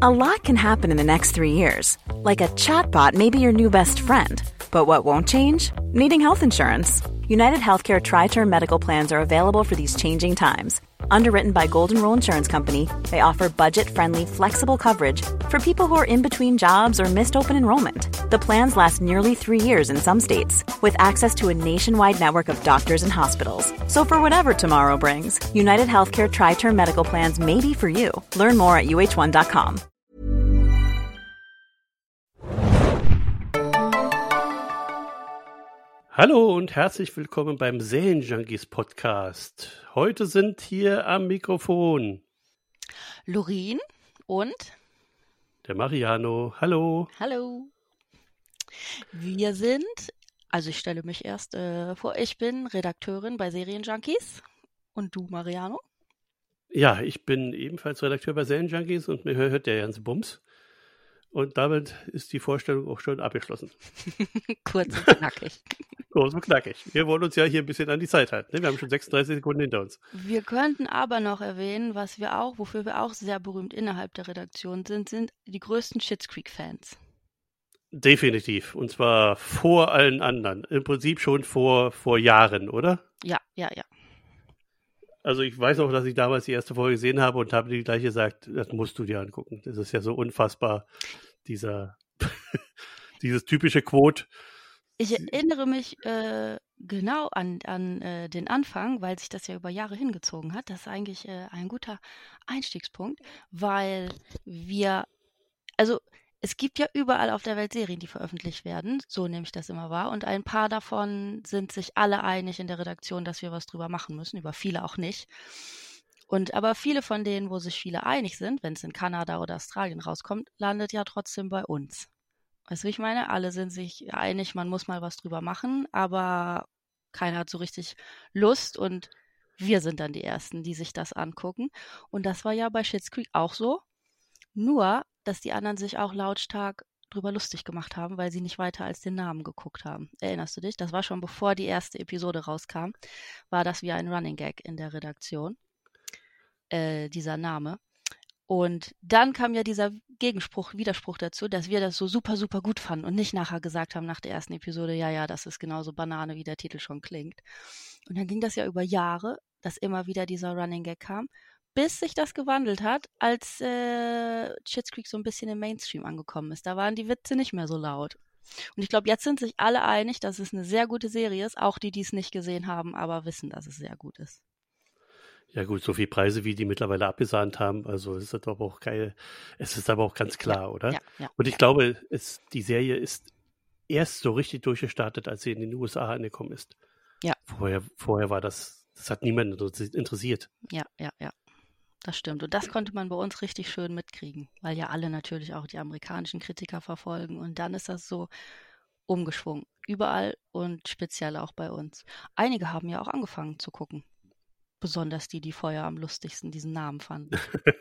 A lot can happen in the next 3 years. Like a chatbot may be your new best friend. But what won't change? Needing health insurance. United Healthcare Tri-Term Medical Plans are available for these changing times. Underwritten by Golden Rule Insurance Company, they offer budget-friendly, flexible coverage for people who are in between jobs or missed open enrollment. The plans last nearly 3 years in some states, with access to a nationwide network of doctors and hospitals. So for whatever tomorrow brings, United Healthcare Tri-Term Medical Plans may be for you. Learn more at uh1.com. Hallo und herzlich willkommen beim Serienjunkies Podcast. Heute sind hier am Mikrofon Lorin und der Mariano. Hallo. Hallo. Wir sind, also ich stelle mich erst vor, ich bin Redakteurin bei Serienjunkies und du, Mariano? Ja, ich bin ebenfalls Redakteur bei Serienjunkies und mir hört der ganze Bums. Und damit ist die Vorstellung auch schon abgeschlossen. Kurz und knackig. Kurz und knackig. Wir wollen uns ja hier ein bisschen an die Zeit halten. Ne? Wir haben schon 36 Sekunden hinter uns. Wir könnten aber noch erwähnen, wofür wir auch sehr berühmt innerhalb der Redaktion sind die größten Schitt's Creek-Fans. Definitiv. Und zwar vor allen anderen. Im Prinzip schon vor Jahren, oder? Ja. Also ich weiß auch, dass ich damals die erste Folge gesehen habe und habe gleich gesagt, das musst du dir angucken. Das ist ja so unfassbar, dieses typische Quote. Ich erinnere mich genau an den Anfang, weil sich das ja über Jahre hingezogen hat. Das ist eigentlich ein guter Einstiegspunkt, weil es gibt ja überall auf der Welt Serien, die veröffentlicht werden, so nehme ich das immer wahr. Und ein paar davon sind sich alle einig in der Redaktion, dass wir was drüber machen müssen, über viele auch nicht. Aber viele von denen, wo sich viele einig sind, wenn es in Kanada oder Australien rauskommt, landet ja trotzdem bei uns. Weißt du, wie ich meine? Alle sind sich einig, man muss mal was drüber machen, aber keiner hat so richtig Lust und wir sind dann die Ersten, die sich das angucken. Und das war ja bei Schitt's Creek auch so, nur dass die anderen sich auch lautstark drüber lustig gemacht haben, weil sie nicht weiter als den Namen geguckt haben. Erinnerst du dich? Das war schon bevor die erste Episode rauskam, war das wie ein Running Gag in der Redaktion, dieser Name. Und dann kam ja dieser Widerspruch dazu, dass wir das so super, super gut fanden und nicht nachher gesagt haben nach der ersten Episode, ja, das ist genauso Banane, wie der Titel schon klingt. Und dann ging das ja über Jahre, dass immer wieder dieser Running Gag kam, bis sich das gewandelt hat, als Schitt's Creek so ein bisschen im Mainstream angekommen ist. Da waren die Witze nicht mehr so laut. Und ich glaube, jetzt sind sich alle einig, dass es eine sehr gute Serie ist, auch die es nicht gesehen haben, aber wissen, dass es sehr gut ist. Ja gut, so viele Preise, wie die mittlerweile abgesahnt haben, also es ist aber auch geil. Es ist aber auch ganz klar, oder? Ja. Und ich glaube, die Serie ist erst so richtig durchgestartet, als sie in den USA angekommen ist. Ja. Vorher war das hat niemanden interessiert. Ja. Das stimmt. Und das konnte man bei uns richtig schön mitkriegen, weil ja alle natürlich auch die amerikanischen Kritiker verfolgen. Und dann ist das so umgeschwungen. Überall und speziell auch bei uns. Einige haben ja auch angefangen zu gucken. Besonders die vorher am lustigsten diesen Namen fanden.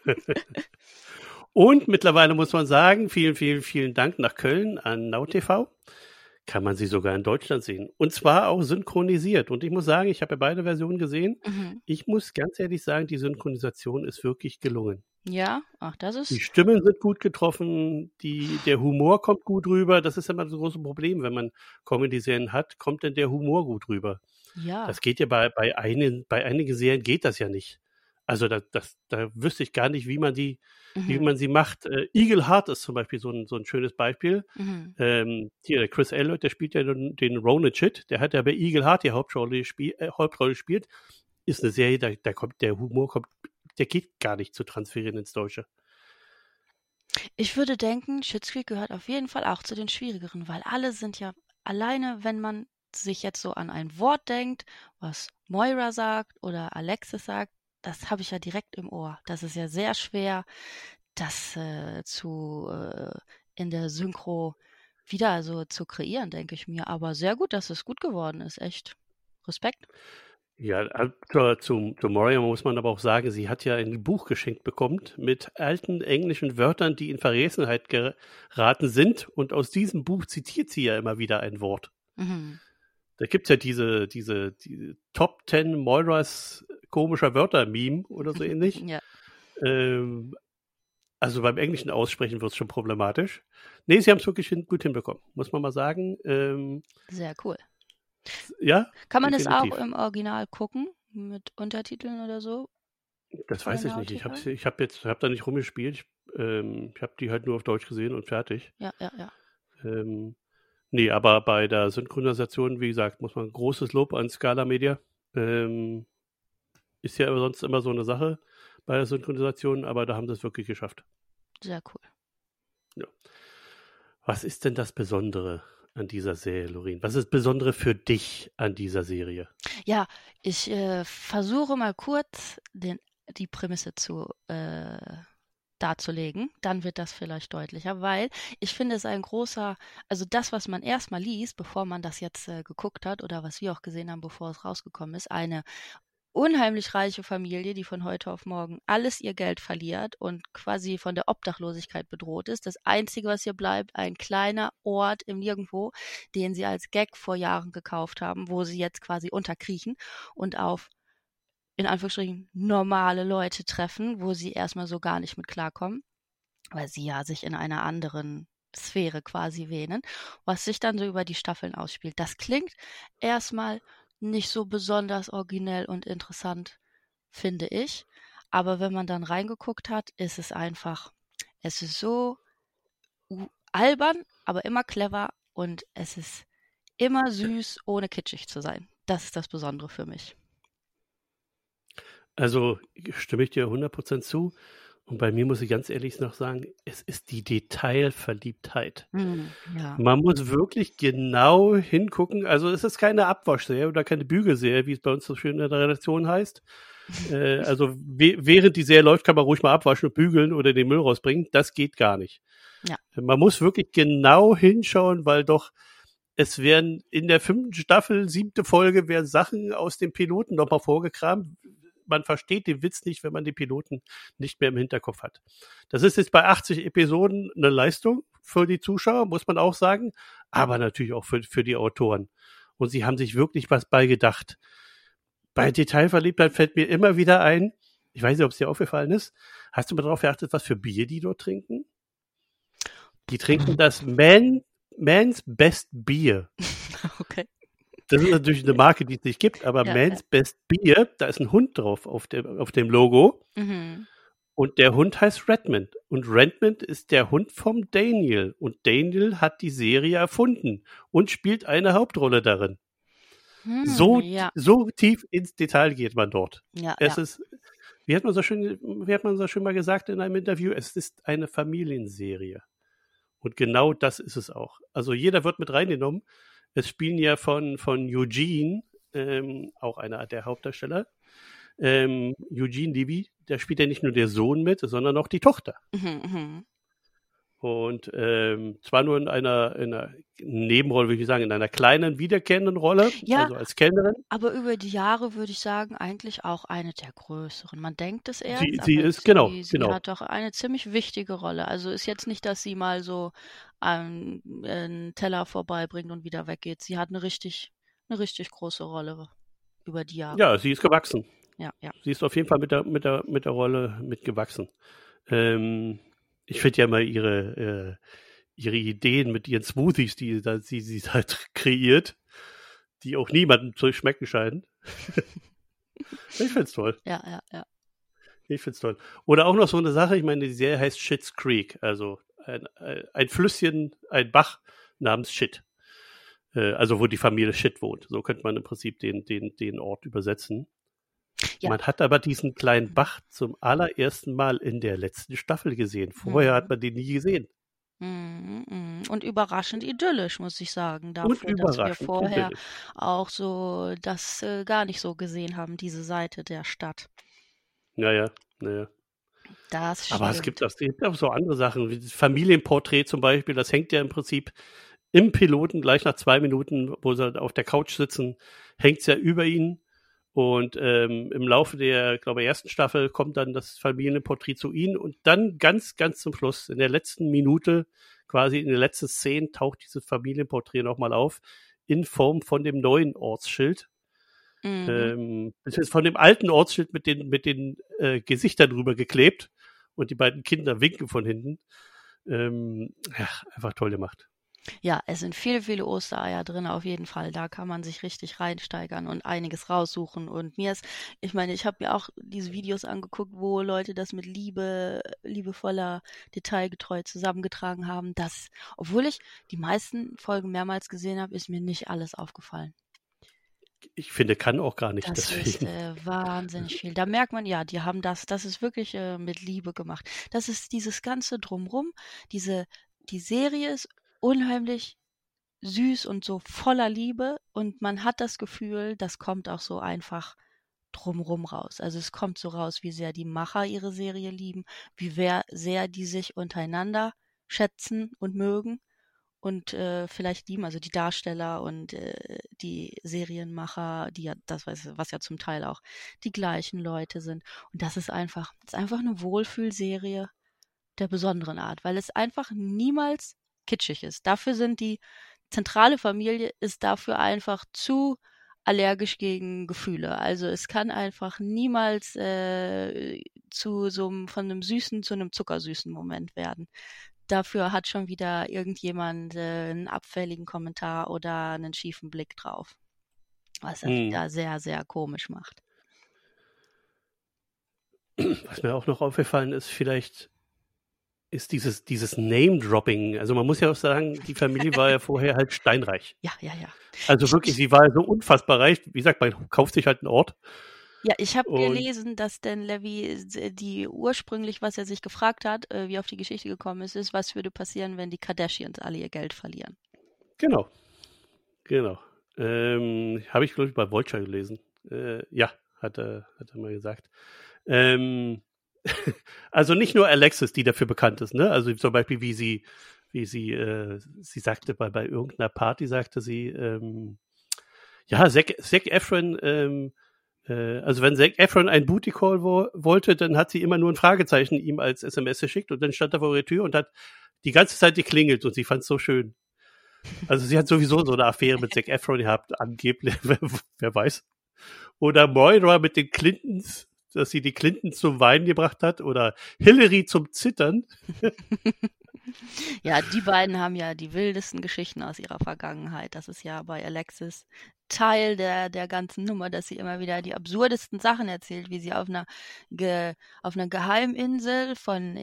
Und mittlerweile muss man sagen, vielen, vielen, vielen Dank nach Köln an NowTV. Kann man sie sogar in Deutschland sehen. Und zwar auch synchronisiert. Und ich muss sagen, ich habe ja beide Versionen gesehen. Mhm. Ich muss ganz ehrlich sagen, die Synchronisation ist wirklich gelungen. Ja, das ist... Die Stimmen sind gut getroffen, der Humor kommt gut rüber. Das ist immer das große Problem, wenn man Comedy-Serien hat, kommt denn der Humor gut rüber? Ja. Das geht ja bei einigen Serien geht das ja nicht. Also da wüsste ich gar nicht, wie man sie macht. Eagle Heart ist zum Beispiel so ein schönes Beispiel. Mhm. Hier, der Chris Elliott, der spielt ja den Ronan Chit, der hat ja bei Eagle Heart die Hauptrolle gespielt. Ist eine Serie, der Humor der geht gar nicht zu transferieren ins Deutsche. Ich würde denken, Schitt's Creek gehört auf jeden Fall auch zu den schwierigeren, weil alle sind ja alleine, wenn man sich jetzt so an ein Wort denkt, was Moira sagt oder Alexis sagt, das habe ich ja direkt im Ohr. Das ist ja sehr schwer, das in der Synchro wieder so zu kreieren, denke ich mir. Aber sehr gut, dass es gut geworden ist. Echt. Respekt. Ja, zu Moria muss man aber auch sagen, sie hat ja ein Buch geschenkt bekommen mit alten englischen Wörtern, die in Vergessenheit geraten sind. Und aus diesem Buch zitiert sie ja immer wieder ein Wort. Mhm. Da gibt es ja diese Top 10 Moiras komischer Wörter-Meme oder so ähnlich. Ja. Also beim englischen Aussprechen wird es schon problematisch. Nee, sie haben es wirklich gut hinbekommen, muss man mal sagen. Sehr cool. Ja, Kann man es definitiv. auch im Original gucken, mit Untertiteln oder so? Das weiß ich nicht. Ich Originaltitel? hab da nicht rumgespielt. Ich habe die halt nur auf Deutsch gesehen und fertig. Ja. Nee, aber bei der Synchronisation, wie gesagt, muss man großes Lob an Scala Media. Ist ja sonst immer so eine Sache bei der Synchronisation, aber da haben sie es wirklich geschafft. Sehr cool. Ja. Was ist denn das Besondere an dieser Serie, Lorin? Was ist das Besondere für dich an dieser Serie? Ja, ich versuche mal kurz die Prämisse darzulegen, dann wird das vielleicht deutlicher, weil ich finde es also das, was man erstmal liest, bevor man das jetzt geguckt hat oder was wir auch gesehen haben, bevor es rausgekommen ist, eine unheimlich reiche Familie, die von heute auf morgen alles ihr Geld verliert und quasi von der Obdachlosigkeit bedroht ist. Das Einzige, was ihr bleibt, ein kleiner Ort im Nirgendwo, den sie als Gag vor Jahren gekauft haben, wo sie jetzt quasi unterkriechen und auf, in Anführungsstrichen, normale Leute treffen, wo sie erstmal so gar nicht mit klarkommen, weil sie ja sich in einer anderen Sphäre quasi wähnen, was sich dann so über die Staffeln ausspielt. Das klingt erstmal nicht so besonders originell und interessant, finde ich. Aber wenn man dann reingeguckt hat, ist es ist so albern, aber immer clever und es ist immer süß, ohne kitschig zu sein. Das ist das Besondere für mich. Also stimme ich dir 100% zu. Und bei mir muss ich ganz ehrlich noch sagen, es ist die Detailverliebtheit. Ja. Man muss wirklich genau hingucken. Also es ist keine Abwaschserie oder keine Bügelserie, wie es bei uns so schön in der Redaktion heißt. Also während die Serie läuft, kann man ruhig mal abwaschen und bügeln oder den Müll rausbringen. Das geht gar nicht. Ja. Man muss wirklich genau hinschauen, weil doch es werden in der 5. Staffel, 7. Folge, werden Sachen aus dem Piloten nochmal vorgekramt. Man versteht den Witz nicht, wenn man die Piloten nicht mehr im Hinterkopf hat. Das ist jetzt bei 80 Episoden eine Leistung für die Zuschauer, muss man auch sagen, aber natürlich auch für die Autoren. Und sie haben sich wirklich was bei gedacht. Bei Detailverliebtheit fällt mir immer wieder ein, ich weiß nicht, ob es dir aufgefallen ist, hast du mal darauf geachtet, was für Bier die dort trinken? Die trinken das Man's Best Beer. Okay. Das ist natürlich eine Marke, die es nicht gibt, aber Ja, Man's Best Beer, da ist ein Hund drauf auf dem Logo. Mhm. Und der Hund heißt Redmond. Und Redmond ist der Hund vom Daniel. Und Daniel hat die Serie erfunden und spielt eine Hauptrolle darin. So tief ins Detail geht man dort. Ja, Es ist, wie hat man so schön mal gesagt in einem Interview, es ist eine Familienserie. Und genau das ist es auch. Also jeder wird mit reingenommen. Es spielen ja von Eugene, auch einer der Hauptdarsteller, Eugene Levy, da spielt ja nicht nur der Sohn mit, sondern auch die Tochter. Und zwar nur in einer Nebenrolle, würde ich sagen, in einer kleinen, wiederkehrenden Rolle, also als Kellnerin. Aber über die Jahre würde ich sagen, eigentlich auch eine der größeren. Man denkt es erst, sie aber ist, genau. hat doch eine ziemlich wichtige Rolle. Also ist jetzt nicht, dass sie mal so einen Teller vorbeibringt und wieder weggeht. Sie hat eine richtig große Rolle über die Jahre. Ja, sie ist gewachsen. Ja. Sie ist auf jeden Fall mit der Rolle mitgewachsen. Ich finde ja mal ihre Ideen mit ihren Smoothies, die sie halt kreiert, die auch niemandem zu schmecken scheinen. Ich find's toll. Ja. Ich find's toll. Oder auch noch so eine Sache, ich meine, die Serie heißt Schitt's Creek, also ein Flüsschen, ein Bach namens Shit. Also wo die Familie Shit wohnt. So könnte man im Prinzip den Ort übersetzen. Ja. Man hat aber diesen kleinen Bach zum allerersten Mal in der letzten Staffel gesehen. Vorher hat man den nie gesehen. Und überraschend idyllisch, muss ich sagen, dafür, dass wir vorher auch so das gar nicht so gesehen haben, diese Seite der Stadt. Naja. Das stimmt. Aber es gibt auch so andere Sachen, wie das Familienporträt zum Beispiel, das hängt ja im Prinzip im Piloten gleich nach 2 Minuten, wo sie auf der Couch sitzen, hängt es ja über ihnen. Und im Laufe der, glaube ich, ersten Staffel kommt dann das Familienporträt zu ihnen und dann ganz, ganz zum Schluss, in der letzten Minute, quasi in den letzten Szenen, taucht dieses Familienporträt nochmal auf, in Form von dem neuen Ortsschild. Das ist von dem alten Ortsschild mit den Gesichtern drüber geklebt. und die beiden Kinder winken von hinten. Einfach toll gemacht. Ja, es sind viele, viele Ostereier drin, auf jeden Fall. Da kann man sich richtig reinsteigern und einiges raussuchen. Und ich habe mir auch diese Videos angeguckt, wo Leute das mit liebevoller, detailgetreu zusammengetragen haben. Obwohl ich die meisten Folgen mehrmals gesehen habe, ist mir nicht alles aufgefallen. Ich finde, kann auch gar nicht. Das Deswegen. ist wahnsinnig viel. Da merkt man, ja, die haben das ist wirklich mit Liebe gemacht. Das ist dieses ganze Drumrum, die Serie ist unheimlich süß und so voller Liebe und man hat das Gefühl, das kommt auch so einfach drumrum raus. Also es kommt so raus, wie sehr die Macher ihre Serie lieben, sehr die sich untereinander schätzen und mögen und vielleicht lieben, also die Darsteller und die Serienmacher, die ja was ja zum Teil auch die gleichen Leute sind. Und das ist einfach eine Wohlfühlserie der besonderen Art, weil es einfach niemals kitschig ist. Dafür sind die zentrale Familie ist dafür einfach zu allergisch gegen Gefühle. Also es kann einfach niemals von einem süßen zu einem zuckersüßen Moment werden. Dafür hat schon wieder irgendjemand einen abfälligen Kommentar oder einen schiefen Blick drauf. Was das wieder sehr, sehr komisch macht. Was mir auch noch aufgefallen ist, vielleicht ist dieses Name-Dropping. Also man muss ja auch sagen, die Familie war ja vorher halt steinreich. Ja. Also wirklich, sie war so unfassbar reich. Wie gesagt, man kauft sich halt einen Ort. Ja, ich habe gelesen, dass Dan Levy die ursprünglich, was er sich gefragt hat, wie er auf die Geschichte gekommen ist, was würde passieren, wenn die Kardashians alle ihr Geld verlieren. Genau. Habe ich, glaube ich, bei Vulture gelesen. Ja, hat er mal gesagt. Also nicht nur Alexis, die dafür bekannt ist, ne? Also zum Beispiel, wie sie sagte, bei irgendeiner Party sagte sie, Zac Efron, also wenn Zac Efron einen Booty Call wollte, dann hat sie immer nur ein Fragezeichen ihm als SMS geschickt und dann stand er vor ihrer Tür und hat die ganze Zeit geklingelt und sie fand es so schön. Also sie hat sowieso so eine Affäre mit Zac Efron gehabt, angeblich, wer weiß. Oder Moira mit den Clintons, dass sie die Clintons zum Weinen gebracht hat oder Hillary zum Zittern. Ja, die beiden haben ja die wildesten Geschichten aus ihrer Vergangenheit. Das ist ja bei Alexis Teil der ganzen Nummer, dass sie immer wieder die absurdesten Sachen erzählt, wie sie auf einer Geheiminsel von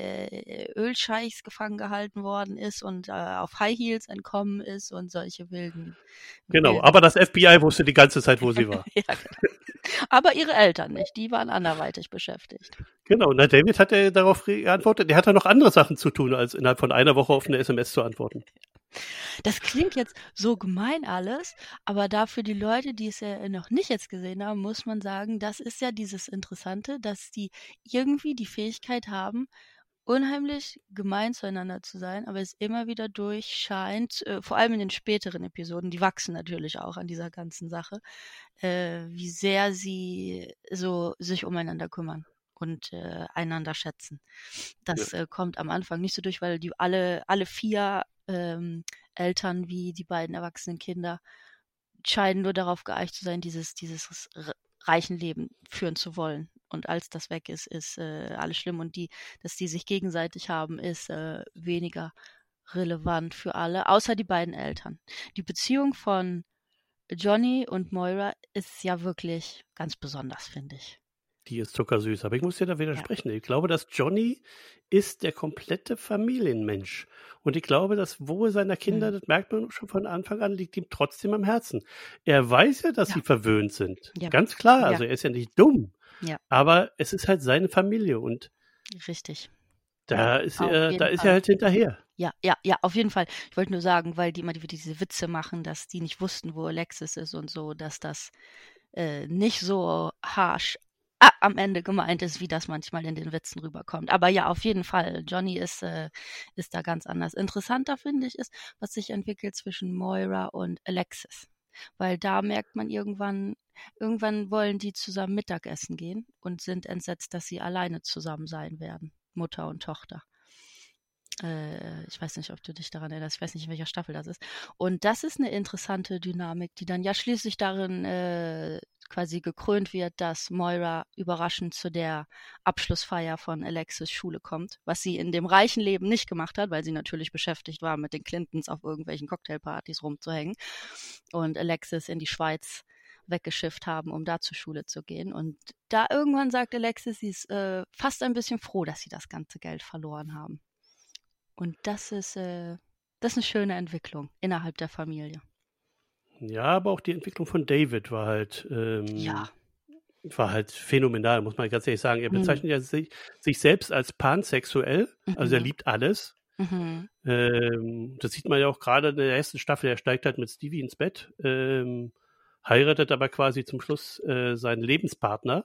Ölscheichs gefangen gehalten worden ist und auf High Heels entkommen ist und solche wilden. Genau, aber das FBI wusste die ganze Zeit, wo sie war. Ja, genau. Aber ihre Eltern nicht, die waren anderweitig beschäftigt. Genau, und David hat darauf geantwortet, der hat ja noch andere Sachen zu tun, als innerhalb von einer Woche auf eine SMS zu antworten. Das klingt jetzt so gemein alles, aber dafür die Leute, die es ja noch nicht jetzt gesehen haben, muss man sagen, das ist ja dieses Interessante, dass die irgendwie die Fähigkeit haben, unheimlich gemein zueinander zu sein, aber es immer wieder durchscheint, vor allem in den späteren Episoden, die wachsen natürlich auch an dieser ganzen Sache, wie sehr sie so sich umeinander kümmern und einander schätzen. Das kommt am Anfang nicht so durch, weil die alle vier Eltern wie die beiden erwachsenen Kinder scheinen nur darauf geeicht zu sein, dieses reichen Leben führen zu wollen. Und als das weg ist, ist alles schlimm. Und dass die sich gegenseitig haben, ist weniger relevant für alle, außer die beiden Eltern. Die Beziehung von Johnny und Moira ist ja wirklich ganz besonders, finde ich. Die ist zuckersüß, aber ich muss dir da widersprechen. Ja. Ich glaube, dass Johnny ist der komplette Familienmensch. Und ich glaube, das Wohl seiner Kinder, das merkt man schon von Anfang an, liegt ihm trotzdem am Herzen. Er weiß ja, dass sie verwöhnt sind. Ja. Ganz klar, also er ist ja nicht dumm. Ja. Aber es ist halt seine Familie und richtig. Da ist er halt hinterher. Ja, auf jeden Fall. Ich wollte nur sagen, weil die immer diese Witze machen, dass die nicht wussten, wo Alexis ist und so, dass das nicht so harsh am Ende gemeint ist, wie das manchmal in den Witzen rüberkommt. Aber ja, auf jeden Fall. Johnny ist da ganz anders. Interessanter, finde ich, ist, was sich entwickelt zwischen Moira und Alexis. Weil da merkt man irgendwann wollen die zusammen Mittagessen gehen und sind entsetzt, dass sie alleine zusammen sein werden. Mutter und Tochter. Ich weiß nicht, ob du dich daran erinnerst. Ich weiß nicht, in welcher Staffel das ist. Und das ist eine interessante Dynamik, die dann ja schließlich darin quasi gekrönt wird, dass Moira überraschend zu der Abschlussfeier von Alexis Schule kommt, was sie in dem reichen Leben nicht gemacht hat, weil sie natürlich beschäftigt war, mit den Clintons auf irgendwelchen Cocktailpartys rumzuhängen und Alexis in die Schweiz weggeschifft haben, um da zur Schule zu gehen. Und da irgendwann sagt Alexis, sie ist fast ein bisschen froh, dass sie das ganze Geld verloren haben. Und das ist eine schöne Entwicklung innerhalb der Familie. Ja, aber auch die Entwicklung von David war halt phänomenal, muss man ganz ehrlich sagen. Er bezeichnet ja sich selbst als pansexuell, also er liebt alles. Das sieht man ja auch gerade in der ersten Staffel. Er steigt halt mit Stevie ins Bett, heiratet aber quasi zum Schluss seinen Lebenspartner.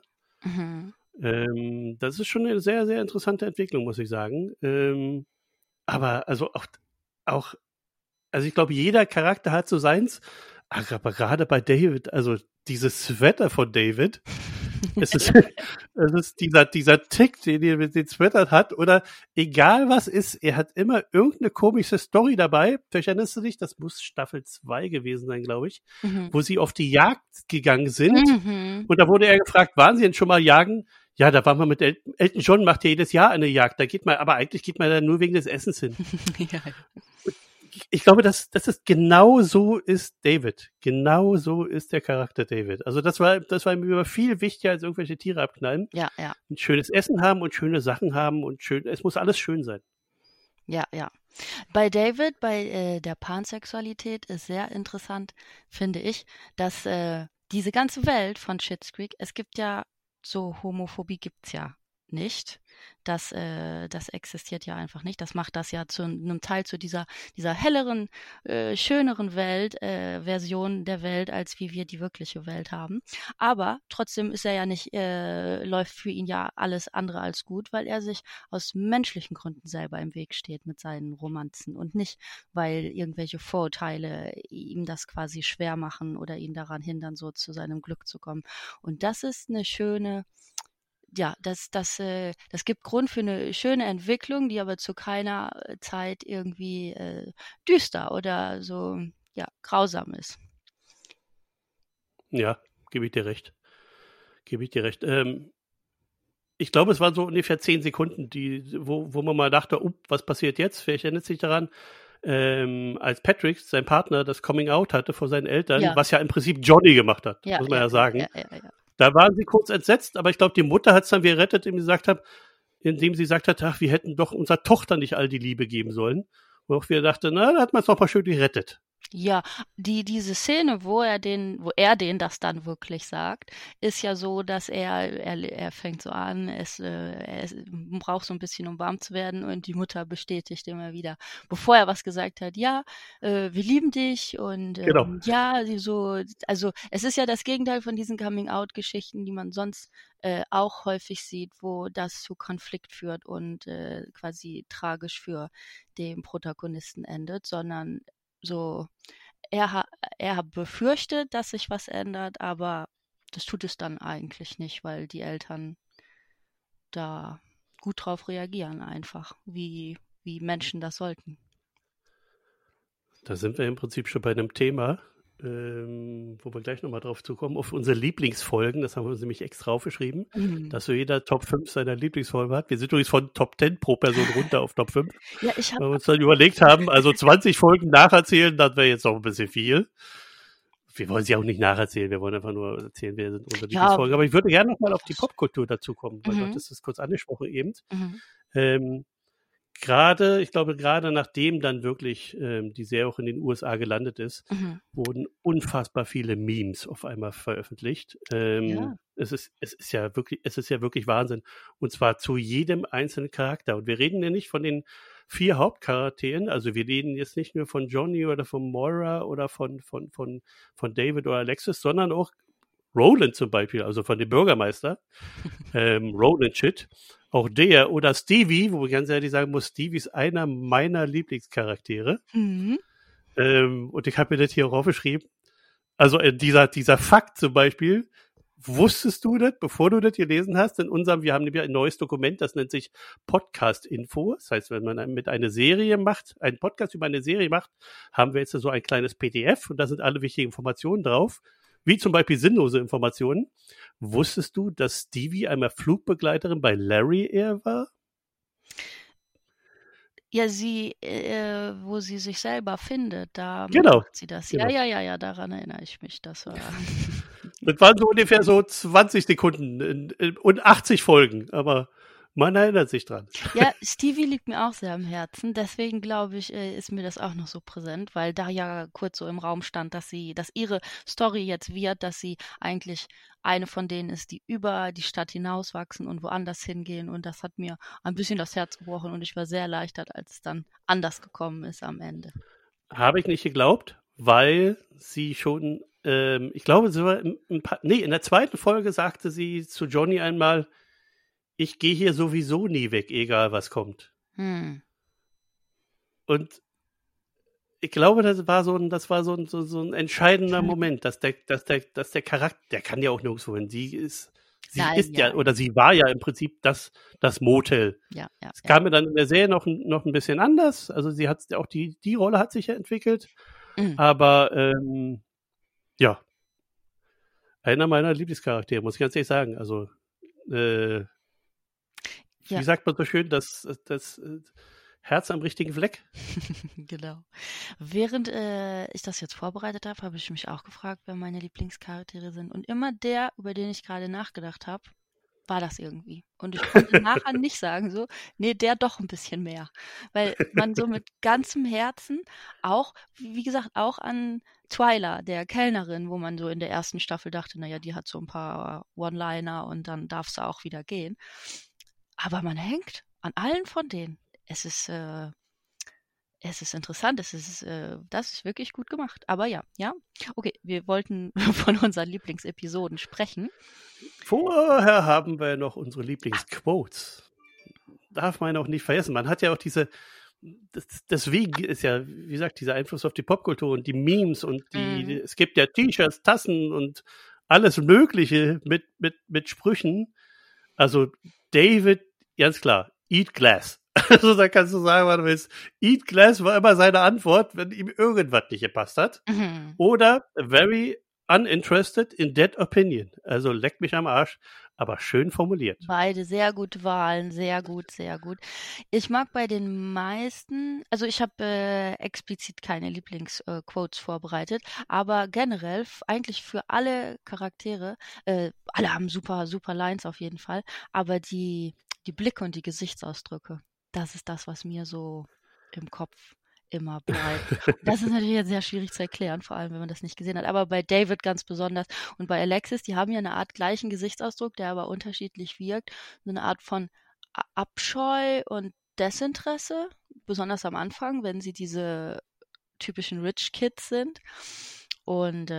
Das ist schon eine sehr, sehr interessante Entwicklung, muss ich sagen. Aber also auch, also ich glaube, jeder Charakter hat so seins. Aber gerade bei David, also dieses Sweater von David, es ist dieser Tick, den er mit den Sweatern hat, oder egal was ist, er hat immer irgendeine komische Story dabei. Vielleicht erinnerst du dich, das muss Staffel 2 gewesen sein, glaube ich, wo sie auf die Jagd gegangen sind. Und da wurde er gefragt, waren Sie denn schon mal jagen? Ja, da waren wir mit Elton John, macht ja jedes Jahr eine Jagd. Aber eigentlich geht man da nur wegen des Essens hin. Ja. Ich glaube, das ist genau so ist David. Genau so ist der Charakter David. Also das war mir viel wichtiger als irgendwelche Tiere abknallen. Ja. Ein schönes Essen haben und schöne Sachen haben und es muss alles schön sein. Ja. Bei David, bei der Pansexualität ist sehr interessant, finde ich, dass diese ganze Welt von Schitt's Creek, es gibt ja so Homophobie gibt's ja nicht. Das existiert ja einfach nicht. Das macht das ja zu einem Teil zu dieser helleren, schöneren Version der Welt, als wie wir die wirkliche Welt haben. Aber trotzdem ist er ja nicht, läuft für ihn ja alles andere als gut, weil er sich aus menschlichen Gründen selber im Weg steht mit seinen Romanzen und nicht, weil irgendwelche Vorurteile ihm das quasi schwer machen oder ihn daran hindern, so zu seinem Glück zu kommen. Und das ist eine schöne, ja, das gibt Grund für eine schöne Entwicklung, die aber zu keiner Zeit irgendwie düster oder so, ja, grausam ist. Ja, gebe ich dir recht. Ich glaube, es waren so ungefähr 10 Sekunden, wo man mal dachte, was passiert jetzt? Vielleicht erinnert sich daran, als Patrick, sein Partner, das Coming Out hatte vor seinen Eltern, was ja im Prinzip Johnny gemacht hat, muss man ja sagen. Ja. Da waren sie kurz entsetzt, aber ich glaube, die Mutter hat es dann wieder rettet, indem sie gesagt hat, ach, wir hätten doch unserer Tochter nicht all die Liebe geben sollen. Und auch wieder dachte, da hat man es noch mal schön gerettet. Ja, diese Szene, wo er den das dann wirklich sagt, ist ja so, dass er fängt so an, er braucht so ein bisschen, um warm zu werden, und die Mutter bestätigt immer wieder, bevor er was gesagt hat, ja, wir lieben dich und genau. Ja, so, also es ist ja das Gegenteil von diesen Coming-out-Geschichten, die man sonst auch häufig sieht, wo das zu Konflikt führt und quasi tragisch für den Protagonisten endet, sondern so, er befürchtet, dass sich was ändert, aber das tut es dann eigentlich nicht, weil die Eltern da gut drauf reagieren einfach, wie Menschen das sollten. Da sind wir im Prinzip schon bei einem Thema, wo wir gleich nochmal drauf zukommen, auf unsere Lieblingsfolgen. Das haben wir uns nämlich extra aufgeschrieben, dass so jeder Top 5 seiner Lieblingsfolgen hat. Wir sind übrigens von Top 10 pro Person runter auf Top 5. Ja, weil wir uns dann überlegt haben, also 20 Folgen nacherzählen, das wäre jetzt noch ein bisschen viel. Wir wollen sie auch nicht nacherzählen, wir wollen einfach nur erzählen, wer sind unsere Lieblingsfolgen. Aber ich würde gerne nochmal auf die Popkultur dazu kommen, weil du hattest es kurz angesprochen eben. Ich glaube, gerade nachdem dann wirklich die Serie auch in den USA gelandet ist, wurden unfassbar viele Memes auf einmal veröffentlicht. Es ist ja wirklich Wahnsinn. Und zwar zu jedem einzelnen Charakter. Und wir reden ja nicht von den 4 Hauptcharakteren. Also wir reden jetzt nicht nur von Johnny oder von Moira oder von David oder Alexis, sondern auch Roland zum Beispiel, also von dem Bürgermeister. Roland Shit. Auch der oder Stevie, wo ich ganz ehrlich sagen muss, Stevie ist einer meiner Lieblingscharaktere. Und ich habe mir das hier auch aufgeschrieben. Also dieser Fakt zum Beispiel, wusstest du das, bevor du das gelesen hast? Wir haben nämlich ein neues Dokument, das nennt sich Podcast-Info. Das heißt, wenn man einen Podcast über eine Serie macht, haben wir jetzt so ein kleines PDF und da sind alle wichtigen Informationen drauf. wie zum Beispiel sinnlose Informationen. Wusstest du, dass Stevie einmal Flugbegleiterin bei Larry Air war? Ja, wo sie sich selber findet, da Genau. macht sie das. Genau. Ja, daran erinnere ich mich. Das war Das waren so ungefähr so 20 Sekunden und 80 Folgen, aber man erinnert sich dran. Ja, Stevie liegt mir auch sehr am Herzen. Deswegen glaube ich, ist mir das auch noch so präsent, weil da ja kurz so im Raum stand, dass ihre Story jetzt wird, dass sie eigentlich eine von denen ist, die über die Stadt hinauswachsen und woanders hingehen. Und das hat mir ein bisschen das Herz gebrochen und ich war sehr erleichtert, als es dann anders gekommen ist am Ende. Habe ich nicht geglaubt, weil sie schon, ich glaube, sie war in der zweiten Folge sagte sie zu Johnny einmal, ich gehe hier sowieso nie weg, egal was kommt. Und ich glaube, das war so ein entscheidender Moment, dass der Charakter, der kann ja auch nirgendwo hin. Sie war ja im Prinzip das Motel. Ja. Es kam mir dann in der Serie noch ein bisschen anders. Also sie hat auch die Rolle hat sich ja entwickelt. Aber ja, einer meiner Lieblingscharaktere, muss ich ganz ehrlich sagen. Also wie sagt man so schön, das Herz am richtigen Fleck? Genau. Während ich das jetzt vorbereitet habe, habe ich mich auch gefragt, wer meine Lieblingscharaktere sind. Und immer der, über den ich gerade nachgedacht habe, war das irgendwie. Und ich konnte nachher nicht sagen, so, nee, der doch ein bisschen mehr. Weil man so mit ganzem Herzen auch, wie gesagt, auch an Twyla, der Kellnerin, wo man so in der ersten Staffel dachte, naja, die hat so ein paar One-Liner und dann darf sie auch wieder gehen. Aber man hängt an allen von denen. Es ist interessant, das ist wirklich gut gemacht. Aber ja. Okay, wir wollten von unseren Lieblingsepisoden sprechen. Vorher haben wir noch unsere Lieblingsquotes. Darf man auch nicht vergessen. Man hat ja auch deswegen ist ja, wie gesagt, dieser Einfluss auf die Popkultur und die Memes und es gibt ja T-Shirts, Tassen und alles Mögliche mit Sprüchen. Also David, ganz klar, eat glass. Also da kannst du sagen, was du willst. Eat glass war immer seine Antwort, wenn ihm irgendwas nicht gepasst hat. Oder very uninterested in that opinion. Also leck mich am Arsch, aber schön formuliert. Beide sehr gute Wahlen, sehr gut, sehr gut. Ich mag bei den meisten, also ich habe explizit keine Lieblingsquotes vorbereitet, aber generell eigentlich für alle Charaktere, alle haben super, super Lines auf jeden Fall, aber die Blicke und die Gesichtsausdrücke, das ist das, was mir so im Kopf immer bleibt. Das ist natürlich jetzt sehr schwierig zu erklären, vor allem, wenn man das nicht gesehen hat. Aber bei David ganz besonders und bei Alexis, die haben ja eine Art gleichen Gesichtsausdruck, der aber unterschiedlich wirkt. So eine Art von Abscheu und Desinteresse, besonders am Anfang, wenn sie diese typischen Rich Kids sind. Und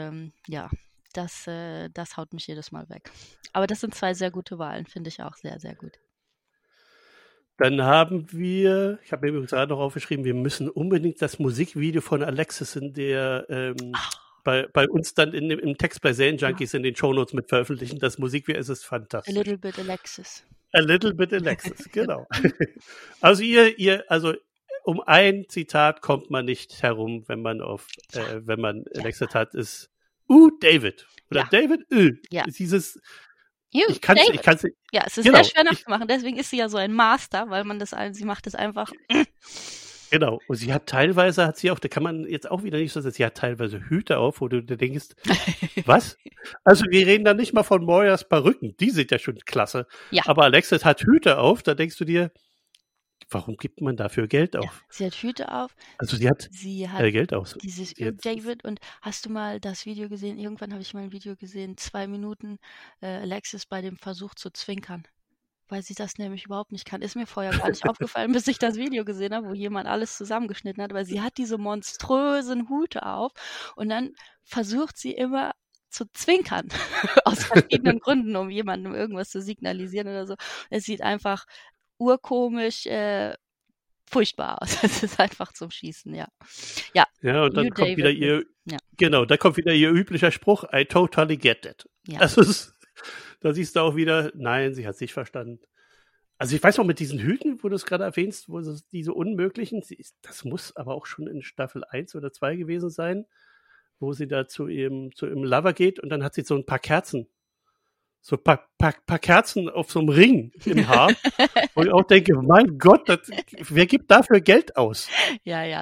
das haut mich jedes Mal weg. Aber das sind zwei sehr gute Wahlen, finde ich auch sehr, sehr gut. Dann haben wir, ich habe mir übrigens gerade noch aufgeschrieben, wir müssen unbedingt das Musikvideo von Alexis in der bei uns dann im Text bei Serienjunkies in den Shownotes mit veröffentlichen. Das Musikvideo ist fantastisch. A Little Bit Alexis. A Little Bit Alexis, genau. Also also um ein Zitat kommt man nicht herum, wenn man Alexis hat, ist David. Oder David, Ja. Dieses Ich kann's. Ja, es ist sehr schwer nachzumachen, deswegen ist sie ja so ein Master, weil sie macht es einfach. Genau, und sie hat teilweise, da kann man jetzt auch wieder nicht so sagen, sie hat teilweise Hüte auf, wo du dir denkst, was? Also wir reden da nicht mal von Moyas Perücken, die sind ja schon klasse. Ja. Aber Alexis hat Hüte auf, da denkst du dir, warum gibt man dafür Geld auf? Ja, sie hat Hüte auf. Also sie hat Geld aus. Dieses David, und hast du mal das Video gesehen? Irgendwann habe ich mal ein Video gesehen, 2 Minuten Alexis bei dem Versuch zu zwinkern. Weil sie das nämlich überhaupt nicht kann. Ist mir vorher gar nicht aufgefallen, bis ich das Video gesehen habe, wo jemand alles zusammengeschnitten hat. Weil sie hat diese monströsen Hüte auf und dann versucht sie immer zu zwinkern. Aus verschiedenen Gründen, um jemandem irgendwas zu signalisieren oder so. Es sieht einfach urkomisch, furchtbar aus. Es ist einfach zum Schießen, ja. Ja, und dann kommt wieder ihr üblicher Spruch, I totally get it. Ja. Da siehst du auch wieder, nein, sie hat es nicht verstanden. Also ich weiß noch, mit diesen Hüten, wo du es gerade erwähnst, wo diese unmöglichen, das muss aber auch schon in Staffel 1 oder 2 gewesen sein, wo sie da zu ihrem Lover geht und dann hat sie so ein paar Kerzen. So ein paar Kerzen auf so einem Ring im Haar. Wo ich auch denke, mein Gott, wer gibt dafür Geld aus? Ja,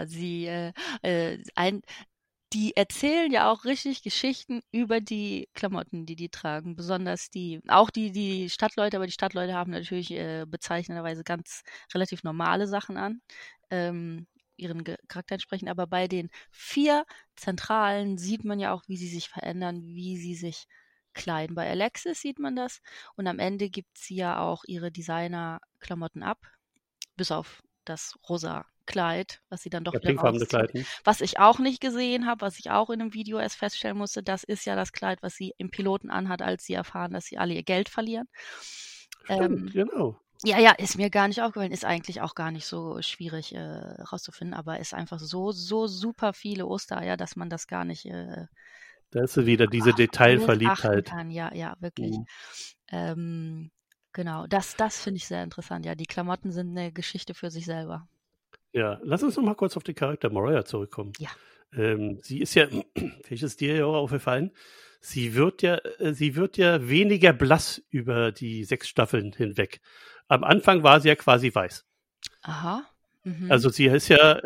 die erzählen ja auch richtig Geschichten über die Klamotten, die tragen. Besonders die Stadtleute, aber die Stadtleute haben natürlich bezeichnenderweise ganz relativ normale Sachen an, ihren Charakter entsprechend. Aber bei den 4 Zentralen sieht man ja auch, wie sie sich verändern, wie sie sich kleiden. Bei Alexis sieht man das. Und am Ende gibt sie ja auch ihre Designer-Klamotten ab, bis auf das rosa Kleid, was sie dann doch Ja, wieder pinkfarbene rauszieht. Kleid. Was ich auch nicht gesehen habe, was ich auch in einem Video erst feststellen musste, das ist ja das Kleid, was sie im Piloten anhat, als sie erfahren, dass sie alle ihr Geld verlieren. Stimmt, genau. Ja, ist mir gar nicht aufgefallen, ist eigentlich auch gar nicht so schwierig rauszufinden, aber ist einfach so super viele Ostereier, dass man das gar nicht Da ist sie wieder, diese alles achten Detailverliebtheit. kann. Ja, wirklich. Mhm. Genau, das finde ich sehr interessant. Ja, die Klamotten sind eine Geschichte für sich selber. Ja, lass uns noch mal kurz auf den Charakter Moira zurückkommen. Ja. Sie ist ja, vielleicht ist dir ja auch aufgefallen, sie wird ja weniger blass über die 6 Staffeln hinweg. Am Anfang war sie ja quasi weiß. Aha. Mhm. Also sie ist ja,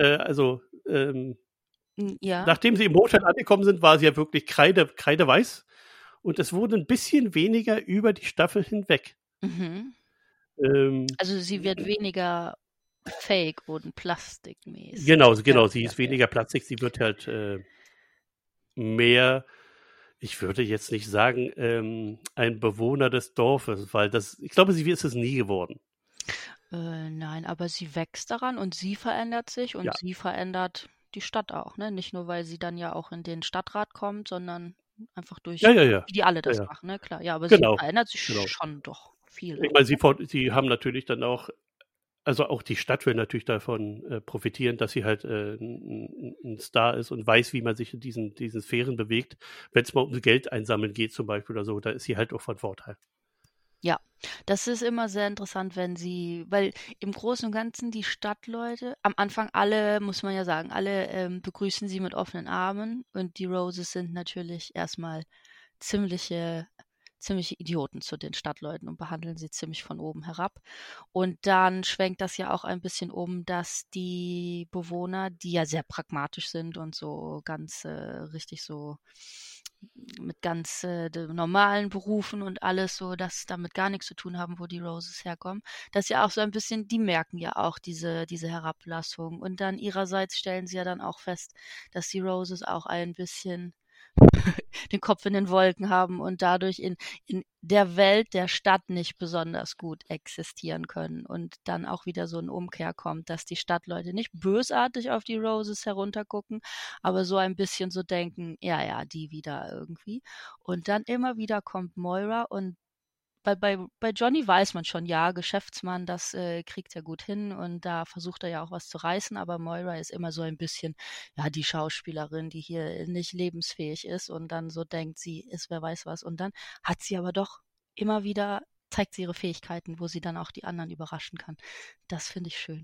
Ja. nachdem sie im Hotel angekommen sind, war sie ja wirklich kreideweiß. Und es wurde ein bisschen weniger über die Staffel hinweg. Mhm. Ähm, Also sie wird weniger fake und plastikmäßig. Genau, Ja, sie ist weniger Plastik, sie wird halt mehr, ich würde jetzt nicht sagen, ein Bewohner des Dorfes, weil ich glaube, sie ist es nie geworden. Nein, aber sie wächst daran und sie verändert sich und Ja. sie verändert die Stadt auch, ne? Nicht nur, weil sie dann ja auch in den Stadtrat kommt, sondern einfach durch, Ja. wie die alle das Ja. machen, ne? Klar, ja, aber Genau, sie verändert sich genau. schon doch viel. Ich meine, sie haben natürlich dann auch, also auch die Stadt will natürlich davon profitieren, dass sie halt ein Star ist und weiß, wie man sich in diesen Sphären bewegt. Wenn es mal um Geld einsammeln geht zum Beispiel oder so, da ist sie halt auch von Vorteil. Ja, das ist immer sehr interessant, weil im Großen und Ganzen die Stadtleute, am Anfang alle, muss man ja sagen, alle begrüßen sie mit offenen Armen und die Roses sind natürlich erstmal ziemliche Idioten zu den Stadtleuten und behandeln sie ziemlich von oben herab. Und dann schwenkt das ja auch ein bisschen um, dass die Bewohner, die ja sehr pragmatisch sind und so ganz richtig so mit ganz normalen Berufen und alles so, dass damit gar nichts zu tun haben, wo die Roses herkommen. Das ja auch so ein bisschen, die merken ja auch diese Herablassung. Und dann ihrerseits stellen sie ja dann auch fest, dass die Roses auch ein bisschen den Kopf in den Wolken haben und dadurch in der Welt der Stadt nicht besonders gut existieren können und dann auch wieder so eine Umkehr kommt, dass die Stadtleute nicht bösartig auf die Roses heruntergucken, aber so ein bisschen so denken, ja, die wieder irgendwie. Und dann immer wieder kommt Moira und bei Johnny weiß man schon, ja, Geschäftsmann, das kriegt er gut hin und da versucht er ja auch was zu reißen, aber Moira ist immer so ein bisschen, ja, die Schauspielerin, die hier nicht lebensfähig ist und dann so denkt, sie ist wer weiß was und dann hat sie aber doch immer wieder, zeigt sie ihre Fähigkeiten, wo sie dann auch die anderen überraschen kann. Das finde ich schön.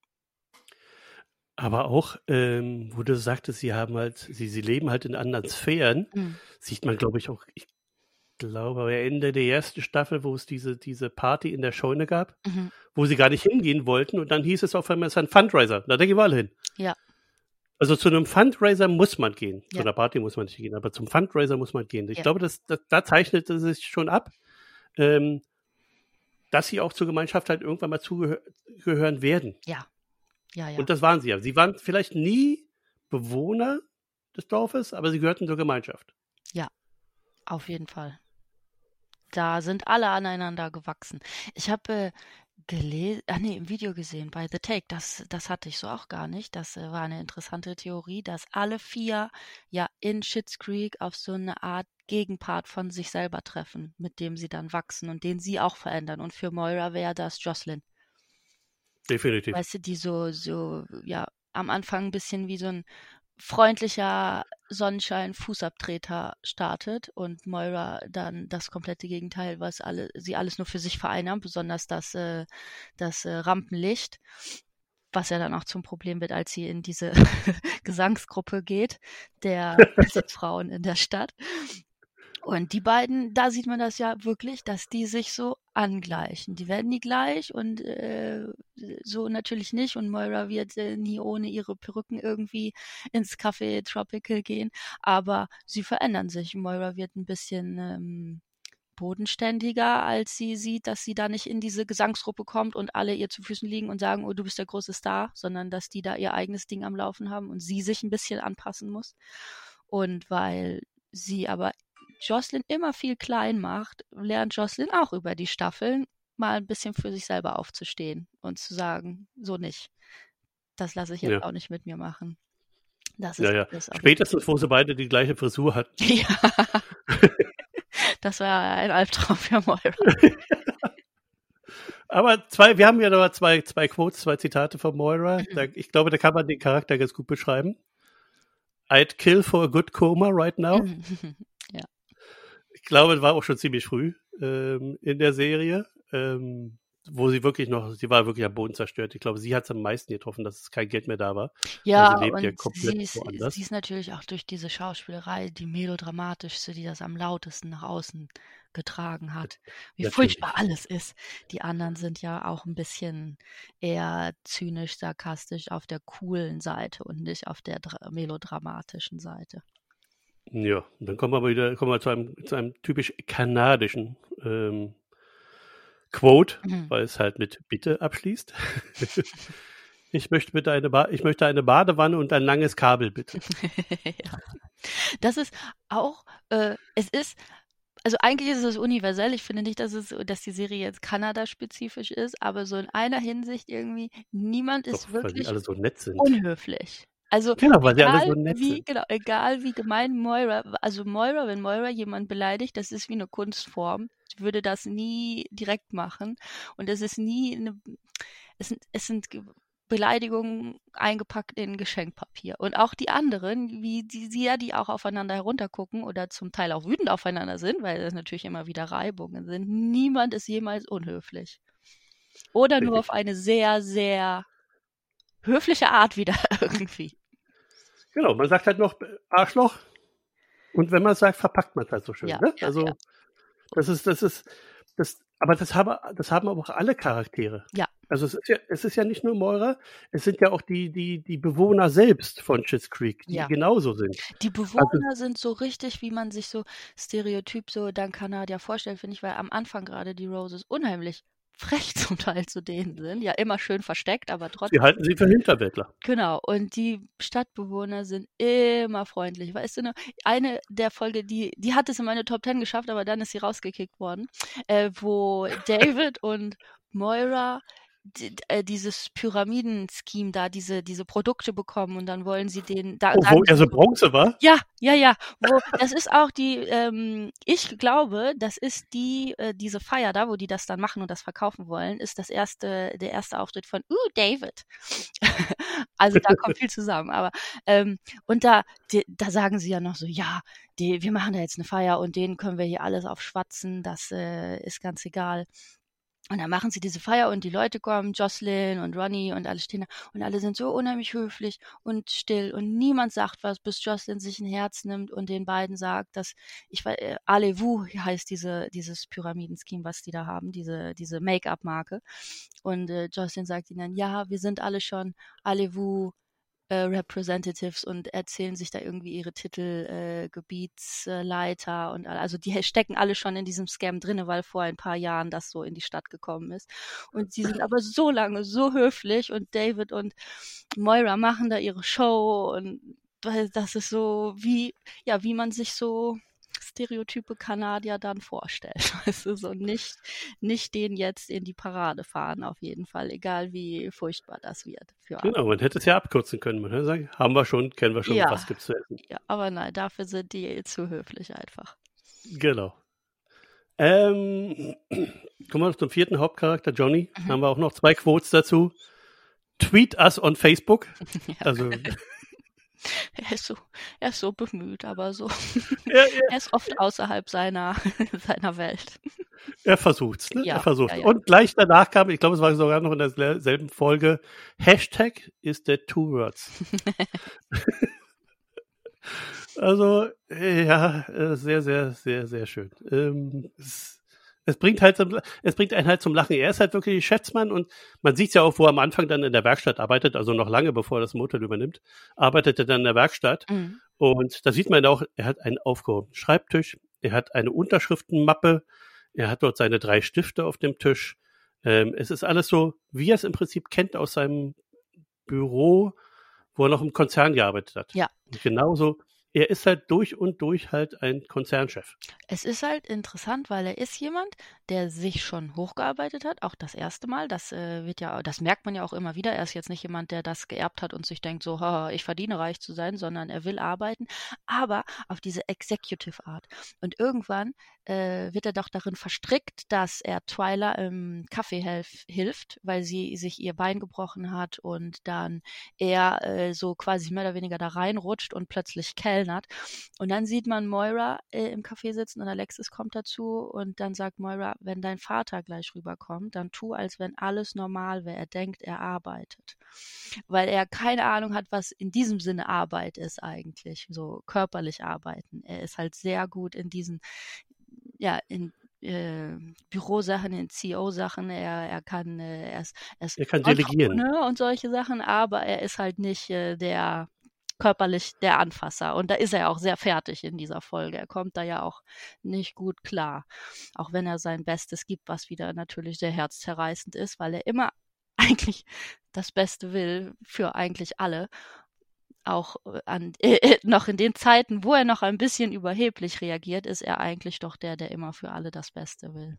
Aber auch, wo du sagtest, sie leben halt in anderen Sphären, sieht man, glaube ich, auch, ich glaube, Ende der ersten Staffel, wo es diese Party in der Scheune gab, wo sie gar nicht hingehen wollten und dann hieß es auf einmal, es ist ein Fundraiser, da gehen wir alle hin. Ja. Also zu einem Fundraiser muss man gehen, zu Ja. einer Party muss man nicht gehen, aber zum Fundraiser muss man gehen. Ich Ja. glaube, da zeichnet es sich schon ab, dass sie auch zur Gemeinschaft halt irgendwann mal zugehören werden. Ja. Und das waren sie ja. Sie waren vielleicht nie Bewohner des Dorfes, aber sie gehörten zur Gemeinschaft. Ja, auf jeden Fall. Da sind alle aneinander gewachsen. Ich habe im Video gesehen bei The Take, das hatte ich so auch gar nicht. Das war eine interessante Theorie, dass alle 4 ja in Schitt's Creek auf so eine Art Gegenpart von sich selber treffen, mit dem sie dann wachsen und den sie auch verändern. Und für Moira wäre das Jocelyn. Definitiv. Weißt du, die so, ja, am Anfang ein bisschen wie so ein freundlicher Sonnenschein-Fußabtreter startet und Moira dann das komplette Gegenteil, was sie alles nur für sich vereinnahmt, besonders das Rampenlicht, was ja dann auch zum Problem wird, als sie in diese Gesangsgruppe geht, der Frauen in der Stadt. Und die beiden, da sieht man das ja wirklich, dass die sich so angleichen. Die werden nie gleich und so natürlich nicht. Und Moira wird nie ohne ihre Perücken irgendwie ins Café Tropical gehen. Aber sie verändern sich. Moira wird ein bisschen bodenständiger, als sie sieht, dass sie da nicht in diese Gesangsgruppe kommt und alle ihr zu Füßen liegen und sagen, oh, du bist der große Star, sondern dass die da ihr eigenes Ding am Laufen haben und sie sich ein bisschen anpassen muss. Und weil sie aber Jocelyn immer viel klein macht, lernt Jocelyn auch über die Staffeln mal ein bisschen für sich selber aufzustehen und zu sagen, so nicht. Das lasse ich jetzt auch nicht mit mir machen. Das ist alles. Spätestens, wo sie beide die gleiche Frisur hatten. Ja. Das war ein Albtraum für Moira. Aber wir haben ja noch zwei Quotes, 2 Zitate von Moira. Ich glaube, da kann man den Charakter ganz gut beschreiben. I'd kill for a good coma right now. Ja. Ich glaube, das war auch schon ziemlich früh in der Serie, wo sie war wirklich am Boden zerstört. Ich glaube, sie hat es am meisten getroffen, dass es kein Geld mehr da war. Ja, sie lebt und ja komplett woanders. Sie ist natürlich auch durch diese Schauspielerei die melodramatischste, die das am lautesten nach außen getragen hat. Wie natürlich furchtbar alles ist. Die anderen sind ja auch ein bisschen eher zynisch, sarkastisch auf der coolen Seite und nicht auf der melodramatischen Seite. Ja, und dann kommen wir zu einem typisch kanadischen Quote, weil es halt mit Bitte abschließt. Ich möchte eine Badewanne und ein langes Kabel, bitte. Ja. Das ist auch, also eigentlich ist es universell. Ich finde nicht, dass die Serie jetzt Kanada-spezifisch ist, aber so in einer Hinsicht irgendwie, niemand ist wirklich weil die alle so nett sind. Unhöflich. Also genau, weil sie alle so nett sind. Genau, egal wie gemein wenn Moira jemand beleidigt, das ist wie eine Kunstform. Ich würde das nie direkt machen. Und es ist es sind Beleidigungen eingepackt in Geschenkpapier. Und auch die anderen, wie die auch aufeinander heruntergucken oder zum Teil auch wütend aufeinander sind, weil es natürlich immer wieder Reibungen sind. Niemand ist jemals unhöflich. Oder nur auf eine sehr, sehr höfliche Art wieder irgendwie. Genau, man sagt halt noch Arschloch und wenn man es sagt, verpackt man es halt so schön. Ja, ne? ja, also ja. Aber das haben aber auch alle Charaktere. Ja. Also es ist ja nicht nur Moira, es sind ja auch die Bewohner selbst von Schitt's Creek, die genauso sind. Die Bewohner sind so richtig, wie man sich so stereotyp so dann Kanadier vorstellt, finde ich, weil am Anfang gerade die Roses unheimlich frech zum Teil zu denen sind. Ja, immer schön versteckt, aber trotzdem. Die halten sie für Hinterwäldler. Genau, und die Stadtbewohner sind immer freundlich. Weißt du, eine der Folge, die hat es in meine Top 10 geschafft, aber dann ist sie rausgekickt worden, wo David und Moira dieses Pyramiden-Scheme da, diese Produkte bekommen und dann wollen sie wo er so Bronze war? Ja. Das ist auch ich glaube, das ist diese Feier da, wo die das dann machen und das verkaufen wollen, ist der erste Auftritt von David. Also da kommt viel zusammen, aber und da sagen sie ja noch so, ja, wir machen da jetzt eine Feier und denen können wir hier alles aufschwatzen, das ist ganz egal. Und dann machen sie diese Feier und die Leute kommen, Jocelyn und Ronnie und alle stehen da und alle sind so unheimlich höflich und still und niemand sagt was, bis Jocelyn sich ein Herz nimmt und den beiden sagt, dass Allez-vous heißt dieses Pyramiden-Scheme, was die da haben, diese Make-up-Marke. Und Jocelyn sagt ihnen dann, ja, wir sind alle schon Allez-vous Representatives und erzählen sich da irgendwie ihre Titel, Gebietsleiter und also die stecken alle schon in diesem Scam drinne, weil vor ein paar Jahren das so in die Stadt gekommen ist. Und sie sind aber so lange so höflich und David und Moira machen da ihre Show und das ist so wie man sich so stereotype Kanadier dann vorstellt. Also so nicht den jetzt in die Parade fahren, auf jeden Fall, egal wie furchtbar das wird. Genau, man hätte es ja abkürzen können. Man hätte sagen, kennen wir schon, was gibt's zu essen. Ja, aber nein, dafür sind die zu höflich einfach. Genau. Kommen wir noch zum 4. Hauptcharakter, Johnny. Haben wir auch noch 2 Quotes dazu. Tweet us on Facebook. Ja. Also Er ist so bemüht, aber so. Er ist oft außerhalb seiner Welt. Er versucht's, ne? Ja, Er versucht. ja. Und gleich danach kam, ich glaube, es war sogar noch in derselben Folge, Hashtag is the two words. Also, ja, sehr, sehr, sehr, sehr schön. Es bringt einen halt zum Lachen. Er ist halt wirklich Geschäftsmann und man sieht es ja auch, wo er am Anfang dann in der Werkstatt arbeitet, also noch lange bevor er das Motel übernimmt, arbeitet er dann in der Werkstatt. Mhm. Und da sieht man auch, er hat einen aufgehobenen Schreibtisch, er hat eine Unterschriftenmappe, er hat dort seine 3 Stifte auf dem Tisch. Es ist alles so, wie er es im Prinzip kennt aus seinem Büro, wo er noch im Konzern gearbeitet hat. Ja. Und genauso, er ist halt durch und durch halt ein Konzernchef. Es ist halt interessant, weil er ist jemand, der sich schon hochgearbeitet hat, auch das erste Mal. Das das merkt man ja auch immer wieder. Er ist jetzt nicht jemand, der das geerbt hat und sich denkt so, haha, ich verdiene reich zu sein, sondern er will arbeiten, aber auf diese Executive Art. Und irgendwann wird er doch darin verstrickt, dass er Twyla im Kaffee hilft, weil sie sich ihr Bein gebrochen hat und dann er so quasi mehr oder weniger da reinrutscht und plötzlich kellnert. Und dann sieht man Moira im Café sitzen und Alexis kommt dazu und dann sagt Moira, wenn dein Vater gleich rüberkommt, dann tu, als wenn alles normal wäre. Er denkt, er arbeitet. Weil er keine Ahnung hat, was in diesem Sinne Arbeit ist eigentlich, so körperlich arbeiten. Er ist halt sehr gut in diesen, ja, in Bürosachen, in CEO-Sachen, er kann delegieren. und solche Sachen, aber er ist halt nicht der körperlich der Anfasser. Und da ist er auch sehr fertig in dieser Folge. Er kommt da ja auch nicht gut klar. Auch wenn er sein Bestes gibt, was wieder natürlich sehr herzzerreißend ist, weil er immer eigentlich das Beste will für eigentlich alle. Auch noch in den Zeiten, wo er noch ein bisschen überheblich reagiert, ist er eigentlich doch der immer für alle das Beste will.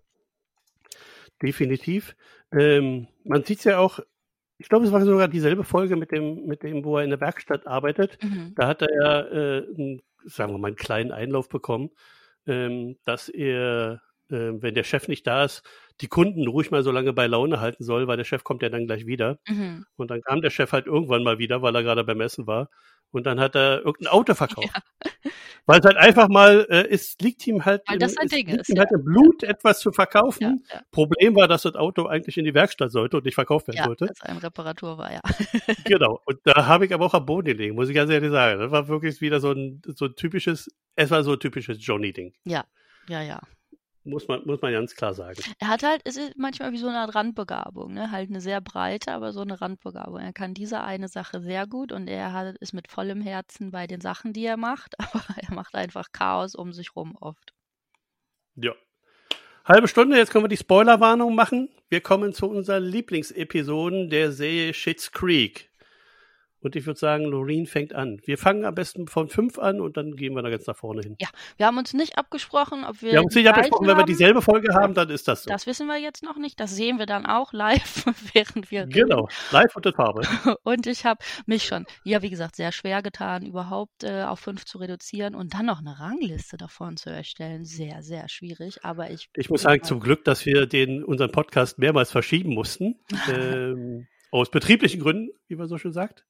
Definitiv. Man sieht es ja auch, ich glaube, es war sogar dieselbe Folge mit dem, wo er in der Werkstatt arbeitet. Mhm. Da hat er ja, sagen wir mal, einen kleinen Einlauf bekommen, dass er, wenn der Chef nicht da ist, die Kunden ruhig mal so lange bei Laune halten soll, weil der Chef kommt ja dann gleich wieder. Mhm. Und dann kam der Chef halt irgendwann mal wieder, weil er gerade beim Essen war. Und dann hat er irgendein Auto verkauft. Ja. Weil es halt einfach mal, es liegt ihm halt im Blut, etwas zu verkaufen. Ja, ja. Problem war, dass das Auto eigentlich in die Werkstatt sollte und nicht verkauft werden sollte. Ja, dass eine Reparatur war, ja. Genau. Und da habe ich aber auch am Boden gelegen, muss ich ganz ehrlich sagen. Das war wirklich wieder so ein typisches Johnny-Ding. Ja. Muss man ganz klar sagen. Er hat halt, es ist manchmal wie so eine Randbegabung, ne? Halt eine sehr breite, aber so eine Randbegabung. Er kann diese eine Sache sehr gut und ist mit vollem Herzen bei den Sachen, die er macht, aber er macht einfach Chaos um sich rum oft. Ja. Halbe Stunde, jetzt können wir die Spoilerwarnung machen. Wir kommen zu unseren Lieblingsepisoden der Serie Schitt's Creek. Und ich würde sagen, Loreen fängt an. Wir fangen am besten von 5 an und dann gehen wir da ganz nach vorne hin. Ja, wir haben uns nicht abgesprochen, ob wir. Wir haben uns nicht abgesprochen, wenn wir dieselbe Folge haben, dann ist das so. Das wissen wir jetzt noch nicht. Das sehen wir dann auch live, während wir. Genau, live und in Farbe. Und ich habe mich schon, ja, wie gesagt, sehr schwer getan, überhaupt auf 5 zu reduzieren und dann noch eine Rangliste davon zu erstellen. Sehr, sehr schwierig. Aber ich muss sagen, zum Glück, dass wir unseren Podcast mehrmals verschieben mussten. Aus betrieblichen Gründen, wie man so schön sagt.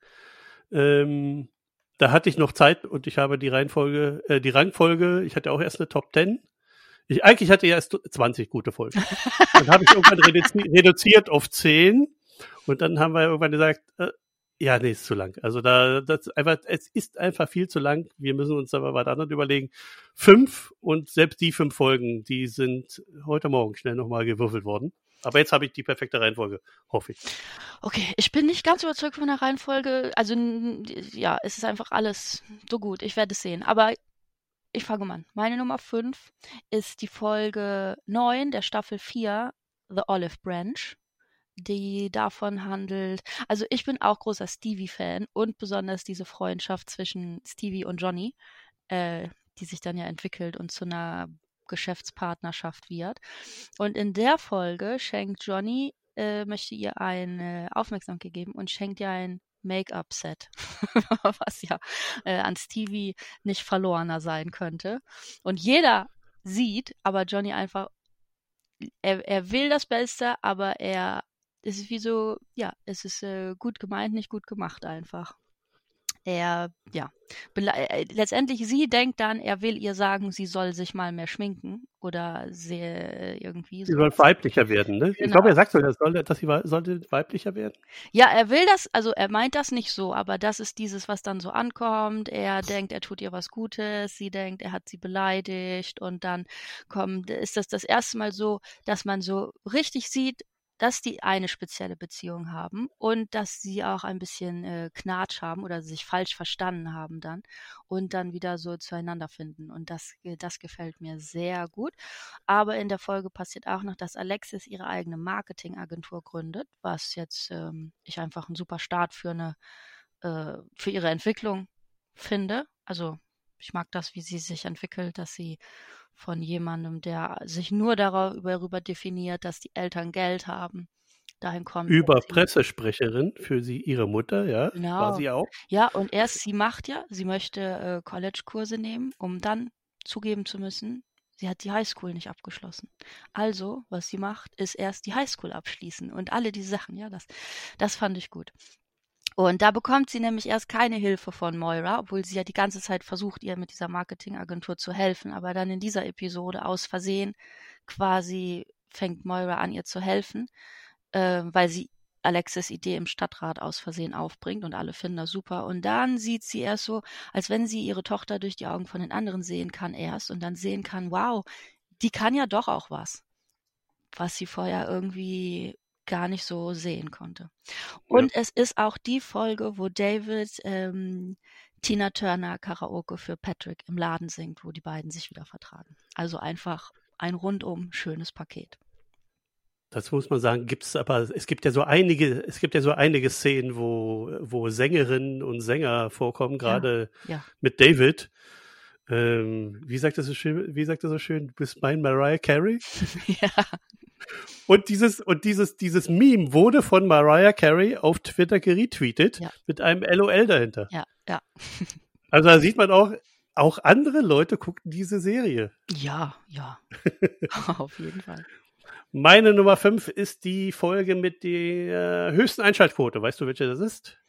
Da hatte ich noch Zeit und ich habe die Rangfolge, ich hatte auch erst eine Top 10. Eigentlich hatte ich erst 20 gute Folgen. Dann habe ich irgendwann reduziert auf 10 und dann haben wir irgendwann gesagt, ist zu lang. Also es ist einfach viel zu lang. Wir müssen uns aber was anderes überlegen. 5 und selbst die 5 Folgen, die sind heute Morgen schnell nochmal gewürfelt worden. Aber jetzt habe ich die perfekte Reihenfolge, hoffe ich. Okay, ich bin nicht ganz überzeugt von der Reihenfolge. Also, ja, es ist einfach alles so gut. Ich werde es sehen. Aber ich fange mal an. Meine Nummer 5 ist die Folge 9 der Staffel 4, The Olive Branch, die davon handelt. Also, ich bin auch großer Stevie-Fan und besonders diese Freundschaft zwischen Stevie und Johnny, die sich dann ja entwickelt und zu einer Geschäftspartnerschaft wird. Und in der Folge schenkt Johnny, möchte ihr eine Aufmerksamkeit geben und schenkt ihr ein Make-up-Set, was ja an Stevie nicht verlorener sein könnte. Und jeder sieht, aber Johnny einfach, er will das Beste, aber es ist wie so, ja, es ist gut gemeint, nicht gut gemacht einfach. Letztendlich sie denkt dann, er will ihr sagen, sie soll sich mal mehr schminken oder irgendwie Sie so. soll weiblicher werden, ne? Genau. Ich glaube, er sagt so, dass sie sollte weiblicher werden. Ja, er will das, also er meint das nicht so, aber das ist dieses, was dann so ankommt. Er denkt, er tut ihr was Gutes, sie denkt, er hat sie beleidigt und dann ist das erste Mal so, dass man so richtig sieht, dass die eine spezielle Beziehung haben und dass sie auch ein bisschen Knatsch haben oder sich falsch verstanden haben dann und dann wieder so zueinander finden. Und das gefällt mir sehr gut. Aber in der Folge passiert auch noch, dass Alexis ihre eigene Marketingagentur gründet, was jetzt ich einfach einen super Start für ihre Entwicklung finde. Also ich mag das, wie sie sich entwickelt, dass sie von jemandem, der sich nur darüber definiert, dass die Eltern Geld haben, dahin kommt. Über Pressesprecherin für ihre Mutter, ja, Genau. war sie auch. Ja, und sie möchte College-Kurse nehmen, um dann zugeben zu müssen, sie hat die Highschool nicht abgeschlossen. Also, was sie macht, ist erst die Highschool abschließen und alle diese Sachen, ja, das fand ich gut. Und da bekommt sie nämlich erst keine Hilfe von Moira, obwohl sie ja die ganze Zeit versucht, ihr mit dieser Marketingagentur zu helfen. Aber dann in dieser Episode aus Versehen quasi fängt Moira an, ihr zu helfen, weil sie Alexis Idee im Stadtrat aus Versehen aufbringt und alle finden das super. Und dann sieht sie erst so, als wenn sie ihre Tochter durch die Augen von den anderen sehen kann erst und dann sehen kann, wow, die kann ja doch auch was sie vorher irgendwie gar nicht so sehen konnte. Und es ist auch die Folge, wo David Tina Turner Karaoke für Patrick im Laden singt, wo die beiden sich wieder vertragen. Also einfach ein rundum schönes Paket. Das muss man sagen, es gibt ja so einige Szenen, wo Sängerinnen und Sänger vorkommen, gerade mit David. Wie sagt er so schön, du bist mein Mariah Carey? Ja. Und dieses Meme wurde von Mariah Carey auf Twitter geretweetet mit einem LOL dahinter. Ja. Also da sieht man auch andere Leute gucken diese Serie. Ja. Auf jeden Fall. Meine Nummer 5 ist die Folge mit der höchsten Einschaltquote. Weißt du, welche das ist?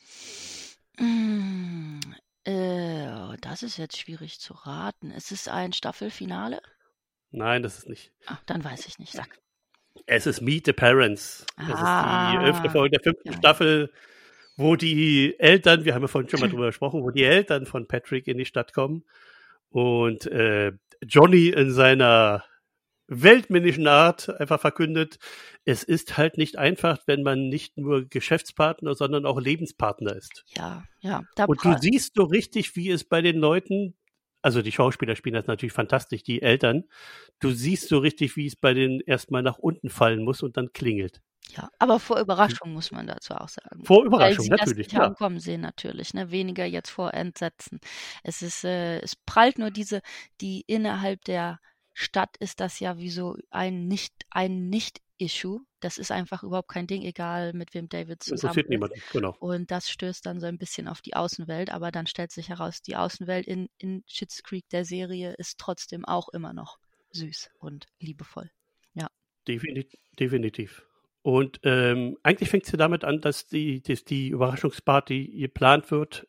Das ist jetzt schwierig zu raten. Ist es ein Staffelfinale? Nein, das ist nicht. Dann weiß ich nicht. Sag. Es ist Meet the Parents. Das ist die 11. Folge der 5. Staffel, wo die Eltern, wir haben ja vorhin schon mal drüber gesprochen, wo die Eltern von Patrick in die Stadt kommen und Johnny in seiner weltmännischen Art einfach verkündet, es ist halt nicht einfach, wenn man nicht nur Geschäftspartner, sondern auch Lebenspartner ist. Ja. Und du siehst so richtig, wie es bei den Leuten, also die Schauspieler spielen das natürlich fantastisch, die Eltern, du siehst so richtig, wie es bei denen erstmal nach unten fallen muss und dann klingelt. Ja, aber vor Überraschung muss man dazu auch sagen. Vor Überraschung, weil sie natürlich. Das nicht haben kommen sehen, natürlich, ne? Weniger jetzt vor Entsetzen. Es prallt nur die innerhalb der Stadt ist das ja wie so ein Nicht-Issue. Das ist einfach überhaupt kein Ding, egal mit wem David zusammen interessiert niemanden, genau. Und das stößt dann so ein bisschen auf die Außenwelt, aber dann stellt sich heraus, die Außenwelt in Schitt's Creek der Serie ist trotzdem auch immer noch süß und liebevoll. Ja. Definitiv. Und eigentlich fängt es ja damit an, dass die Überraschungsparty geplant wird,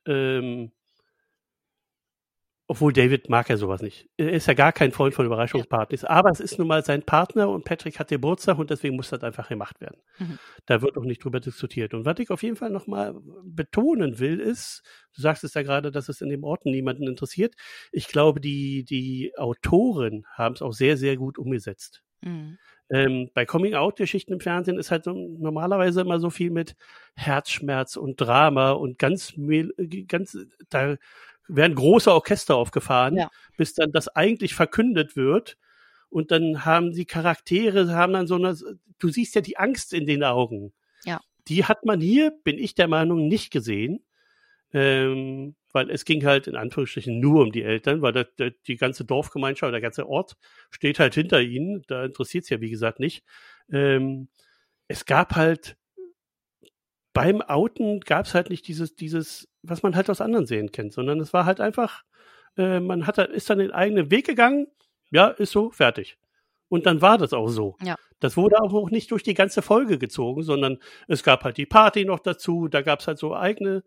obwohl David mag ja sowas nicht. Er ist ja gar kein Freund von Überraschungspartys, aber es ist nun mal sein Partner und Patrick hat Geburtstag und deswegen muss das einfach gemacht werden. Mhm. Da wird auch nicht drüber diskutiert. Und was ich auf jeden Fall nochmal betonen will, ist, du sagst es ja gerade, dass es in dem Ort niemanden interessiert. Ich glaube, die Autoren haben es auch sehr, sehr gut umgesetzt. Mhm. Bei Coming-out-Geschichten im Fernsehen ist halt so normalerweise immer so viel mit Herzschmerz und Drama und ganz da werden große Orchester aufgefahren, bis dann das eigentlich verkündet wird. Und dann haben die Charaktere, du siehst ja die Angst in den Augen. Ja. Die hat man hier, bin ich der Meinung, nicht gesehen. Weil es ging halt in Anführungsstrichen nur um die Eltern, weil die ganze Dorfgemeinschaft oder der ganze Ort steht halt hinter ihnen. Da interessiert es ja, wie gesagt, nicht. Es gab halt beim Outen gab es halt nicht dieses, was man halt aus anderen Serien kennt, sondern es war halt einfach, ist dann den eigenen Weg gegangen, ja, ist so, fertig. Und dann war das auch so. Ja. Das wurde auch nicht durch die ganze Folge gezogen, sondern es gab halt die Party noch dazu, da gab es halt so eigene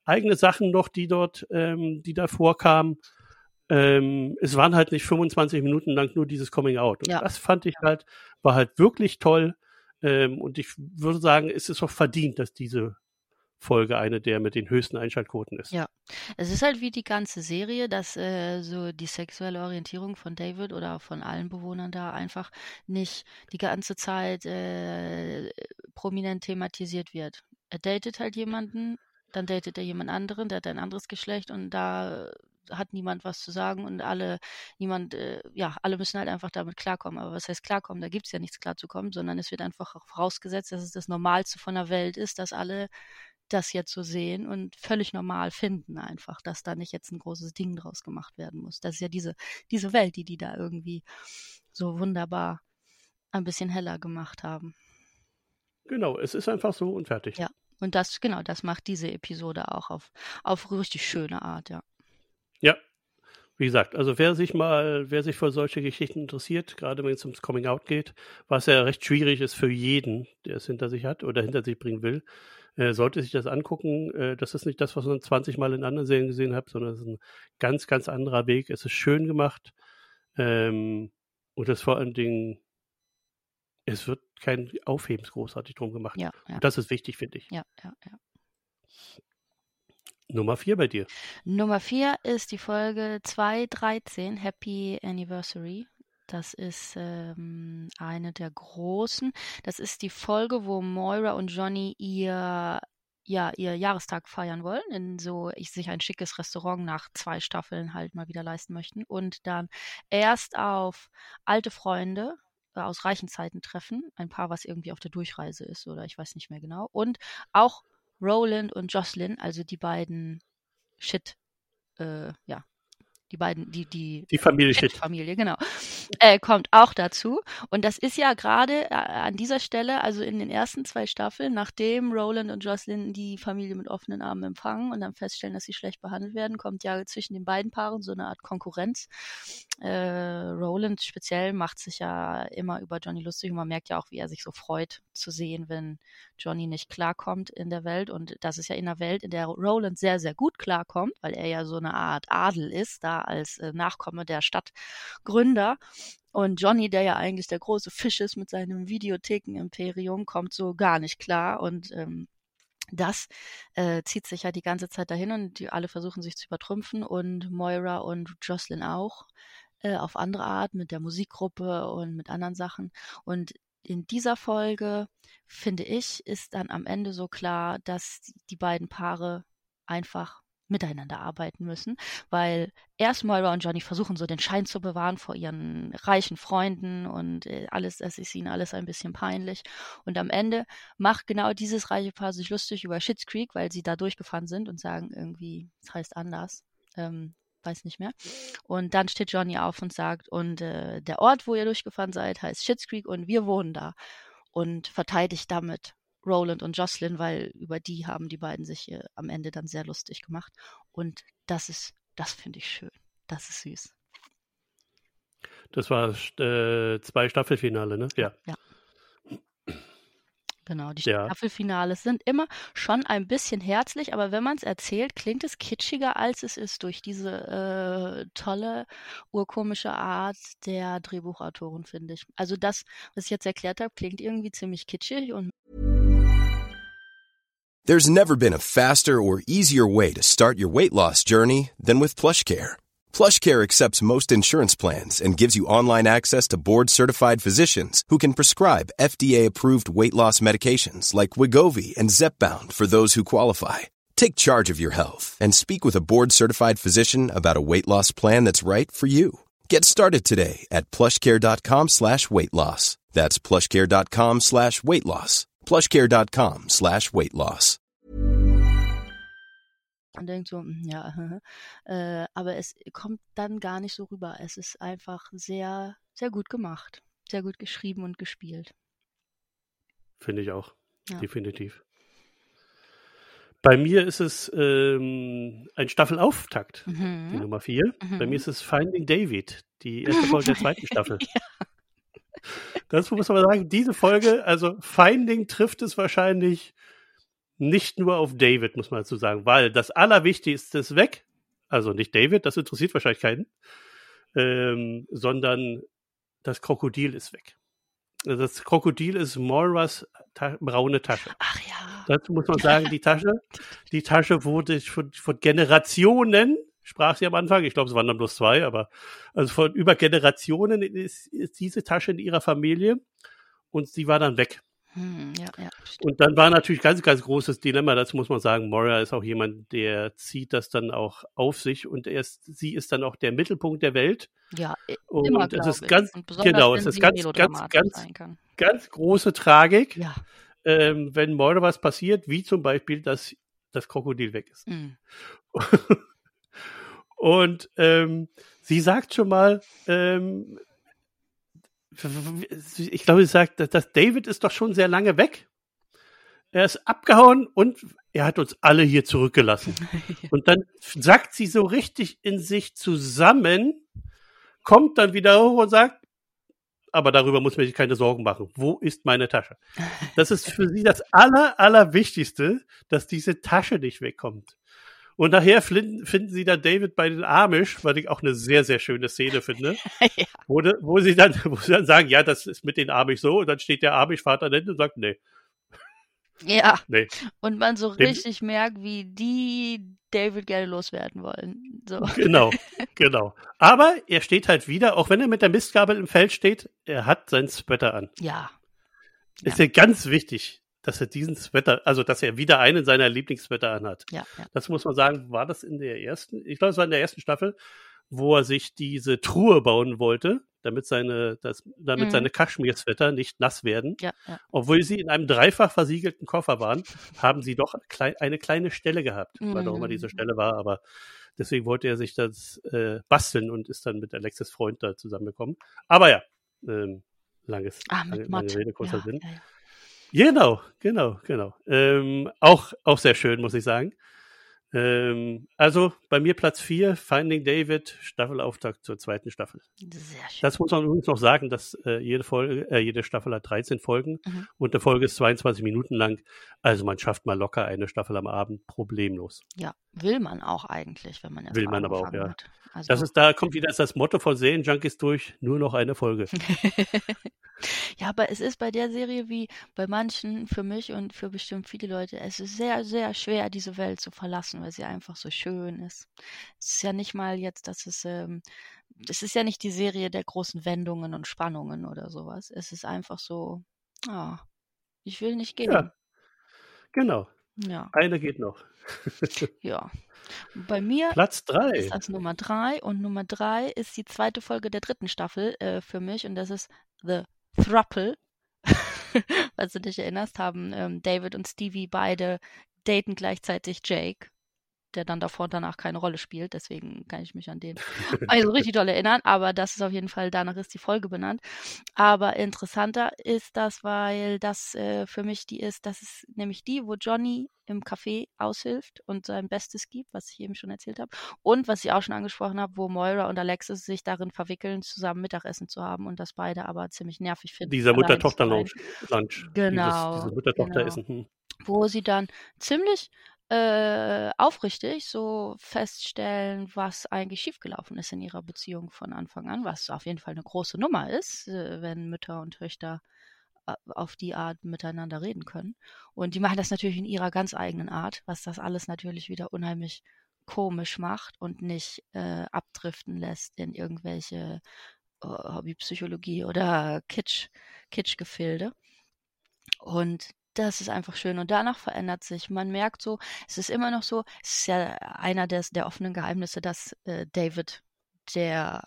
eigene Sachen noch, die da vorkamen. Es waren halt nicht 25 Minuten lang nur dieses Coming Out. Und das fand ich halt, war halt wirklich toll. Und ich würde sagen, es ist auch verdient, dass diese Folge eine der mit den höchsten Einschaltquoten ist. Ja, es ist halt wie die ganze Serie, dass so die sexuelle Orientierung von David oder von allen Bewohnern da einfach nicht die ganze Zeit prominent thematisiert wird. Er datet halt jemanden, dann datet er jemand anderen, der hat ein anderes Geschlecht und da hat niemand was zu sagen und alle müssen halt einfach damit klarkommen. Aber was heißt klarkommen? Da gibt es ja nichts klarzukommen, sondern es wird einfach vorausgesetzt, dass es das Normalste von der Welt ist, dass alle das jetzt so sehen und völlig normal finden einfach, dass da nicht jetzt ein großes Ding draus gemacht werden muss. Das ist ja diese Welt, die da irgendwie so wunderbar ein bisschen heller gemacht haben. Genau, es ist einfach so und fertig. Ja, und das macht diese Episode auch auf richtig schöne Art, ja. Ja, wie gesagt, also wer sich für solche Geschichten interessiert, gerade wenn es ums Coming Out geht, was ja recht schwierig ist für jeden, der es hinter sich hat oder hinter sich bringen will, sollte sich das angucken. Das ist nicht das, was man 20 Mal in anderen Serien gesehen hat, sondern es ist ein ganz, ganz anderer Weg. Es ist schön gemacht und es vor allen Dingen, es wird kein Aufhebens großartig drum gemacht. Ja. Und das ist wichtig, finde ich. Ja. Nummer 4 bei dir. Nummer 4 ist die Folge 213, Happy Anniversary. Das ist eine der großen. Das ist die Folge, wo Moira und Johnny ihr Jahrestag feiern wollen, in sich ein schickes Restaurant nach 2 Staffeln halt mal wieder leisten möchten und dann erst auf alte Freunde aus reichen Zeiten treffen, ein Paar, was irgendwie auf der Durchreise ist oder ich weiß nicht mehr genau, und auch Roland und Jocelyn, also die beiden die Familie Shit. Familie, genau, kommt auch dazu. Und das ist ja gerade an dieser Stelle, also in den ersten 2 Staffeln, nachdem Roland und Jocelyn die Familie mit offenen Armen empfangen und dann feststellen, dass sie schlecht behandelt werden, kommt ja zwischen den beiden Paaren so eine Art Konkurrenz. Roland speziell macht sich ja immer über Johnny lustig und man merkt ja auch, wie er sich so freut zu sehen, wenn Johnny nicht klarkommt in der Welt. Und das ist ja in einer Welt, in der Roland sehr, sehr gut klarkommt, weil er ja so eine Art Adel ist, da als Nachkomme der Stadtgründer. Und Johnny, der ja eigentlich der große Fisch ist mit seinem Videotheken-Imperium, kommt so gar nicht klar und das zieht sich ja die ganze Zeit dahin und die alle versuchen sich zu übertrumpfen und Moira und Jocelyn auch auf andere Art mit der Musikgruppe und mit anderen Sachen. Und in dieser Folge, finde ich, ist dann am Ende so klar, dass die beiden Paare einfach miteinander arbeiten müssen, weil erst Moira und Johnny versuchen so den Schein zu bewahren vor ihren reichen Freunden und alles, es ist ihnen alles ein bisschen peinlich und am Ende macht genau dieses reiche Paar sich lustig über Schitt's Creek, weil sie da durchgefahren sind und sagen irgendwie, es heißt anders, weiß nicht mehr. Und dann steht Johnny auf und sagt, und der Ort, wo ihr durchgefahren seid, heißt Schitt's Creek und wir wohnen da und verteidigt damit Roland und Jocelyn, weil über die haben die beiden sich am Ende dann sehr lustig gemacht. Und das finde ich schön. Das ist süß. Das war 2 Staffelfinale, ne? Ja. Genau, die Staffelfinales sind immer schon ein bisschen herzlich, aber wenn man es erzählt, klingt es kitschiger, als es ist, durch diese tolle, urkomische Art der Drehbuchautoren, finde ich. Also das, was ich jetzt erklärt habe, klingt irgendwie ziemlich kitschig und There's never been a faster or easier way to start your weight loss journey than with PlushCare. PlushCare accepts most insurance plans and gives you online access to board-certified physicians who can prescribe FDA-approved weight loss medications like Wegovy and Zepbound for those who qualify. Take charge of your health and speak with a board-certified physician about a weight loss plan that's right for you. Get started today at plushcare.com/weightloss. That's plushcare.com/weightloss. plushcare.com/weightloss. Man denkt so, aber es kommt dann gar nicht so rüber. Es ist einfach sehr, sehr gut gemacht. Sehr gut geschrieben und gespielt. Finde ich auch. Ja. Definitiv. Bei mir ist es ein Staffelauftakt, die Nummer 4. Bei mir ist es Finding David, die erste Folge der 2. Staffel. Ja. Das muss man sagen, diese Folge, also Finding trifft es wahrscheinlich nicht nur auf David, muss man dazu sagen, weil das Allerwichtigste ist weg. Also nicht David, das interessiert wahrscheinlich keinen, sondern das Krokodil ist weg. Also das Krokodil ist Moiras braune Tasche. Ach ja. Dazu muss man sagen, die Tasche wurde von Generationen, sprach sie am Anfang, ich glaube, es waren dann bloß 2, aber also von über Generationen ist diese Tasche in ihrer Familie und sie war dann weg. Ja. Und dann war natürlich ganz, ganz großes Dilemma, das muss man sagen, Moira ist auch jemand, der zieht das dann auch auf sich und sie ist dann auch der Mittelpunkt der Welt. Ja, und immer, es ist glaube ich. ganz, Und besonders, genau, wenn es ist sie ganz, melodramatisch ganz, sein kann. ganz große Tragik, Ja. wenn Moira was passiert, wie zum Beispiel, dass das Krokodil weg ist. Und sie sagt schon mal, ich glaube, sie sagt, dass David ist doch schon sehr lange weg. Er ist abgehauen und er hat uns alle hier zurückgelassen. Und dann sackt sie so richtig in sich zusammen, kommt dann wieder hoch und sagt, aber darüber muss man sich keine Sorgen machen. Wo ist meine Tasche? Das ist für sie das Allerwichtigste, dass diese Tasche nicht wegkommt. Und nachher finden sie dann David bei den Amish, was ich auch eine sehr, sehr schöne Szene finde, Ja. wo sie dann sagen, ja, das ist mit den Amish so. Und dann steht der Amish-Vater daneben und sagt, nee. Ja. Nee. Und man so richtig merkt, wie die David gerne loswerden wollen. So. Genau. Aber er steht halt wieder, auch wenn er mit der Mistgabel im Feld steht, er hat seinen Sweater an. Ja. Ist ja ganz wichtig, dass er diesen Sweater, also dass er wieder einen seiner Lieblingssweater anhat. Ja. Das muss man sagen, war das in der ersten, ich glaube, es war in der ersten Staffel, wo er sich diese Truhe bauen wollte, damit seine Kaschmir-Sweater nicht nass werden. Ja. Obwohl sie in einem dreifach versiegelten Koffer waren, haben sie doch eine kleine Stelle gehabt, weil auch immer diese Stelle war, aber deswegen wollte er sich das basteln und ist dann mit Alexis Freund da zusammengekommen. Aber ja, lange Rede, kurzer Sinn. Ja. Genau. Auch sehr schön, muss ich sagen. Also bei mir Platz 4, Finding David, Staffelauftakt zur 2. Staffel. Sehr schön. Das muss man übrigens noch sagen, dass jede Staffel hat 13 Folgen und eine Folge ist 22 Minuten lang. Also man schafft mal locker eine Staffel am Abend problemlos. Ja, will man auch eigentlich, wenn man erst Will man aber auch, ja. hat. Also Da kommt wieder das Motto von Serienjunkies durch, nur noch eine Folge. Ja, aber es ist bei der Serie wie bei manchen, für mich und für bestimmt viele Leute, es ist sehr, sehr schwer, diese Welt zu verlassen, weil sie einfach so schön ist. Es ist ja nicht mal jetzt, es ist ja nicht die Serie der großen Wendungen und Spannungen oder sowas. Es ist einfach so, ich will nicht gehen. Ja, genau. Ja. Eine geht noch. Ja. Bei mir Platz 3. ist das Nummer 3 und Nummer 3 ist die 2. Folge der 3. Staffel für mich und das ist The Throuple. Falls du dich erinnerst, haben David und Stevie beide daten gleichzeitig Jake, der dann davor und danach keine Rolle spielt, deswegen kann ich mich an den also richtig doll erinnern, aber das ist auf jeden Fall, danach ist die Folge benannt. Aber interessanter ist das, weil das für mich das ist nämlich die, wo Johnny im Café aushilft und sein Bestes gibt, was ich eben schon erzählt habe. Und was ich auch schon angesprochen habe, wo Moira und Alexis sich darin verwickeln, zusammen Mittagessen zu haben und das beide aber ziemlich nervig finden. Dieser Mutter-Tochter-Lunch. Genau. Dieses Mutter-Tochter-Essen. Wo sie dann ziemlich aufrichtig so feststellen, was eigentlich schiefgelaufen ist in ihrer Beziehung von Anfang an, was auf jeden Fall eine große Nummer ist, wenn Mütter und Töchter auf die Art miteinander reden können. Und die machen das natürlich in ihrer ganz eigenen Art, was das alles natürlich wieder unheimlich komisch macht und nicht abdriften lässt in irgendwelche Hobbypsychologie oder Kitschgefilde. Und das ist einfach schön. Und danach verändert sich. Man merkt so, es ist immer noch so, es ist ja einer der offenen Geheimnisse, dass David der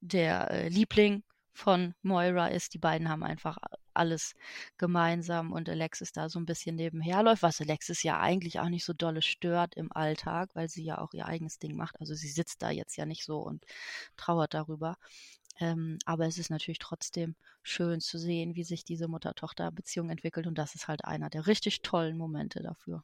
Liebling von Moira ist. Die beiden haben einfach alles gemeinsam und Alexis da so ein bisschen nebenher läuft, was Alexis ja eigentlich auch nicht so dolle stört im Alltag, weil sie ja auch ihr eigenes Ding macht. Also sie sitzt da jetzt ja nicht so und trauert darüber. Aber es ist natürlich trotzdem schön zu sehen, wie sich diese Mutter-Tochter-Beziehung entwickelt und das ist halt einer der richtig tollen Momente dafür.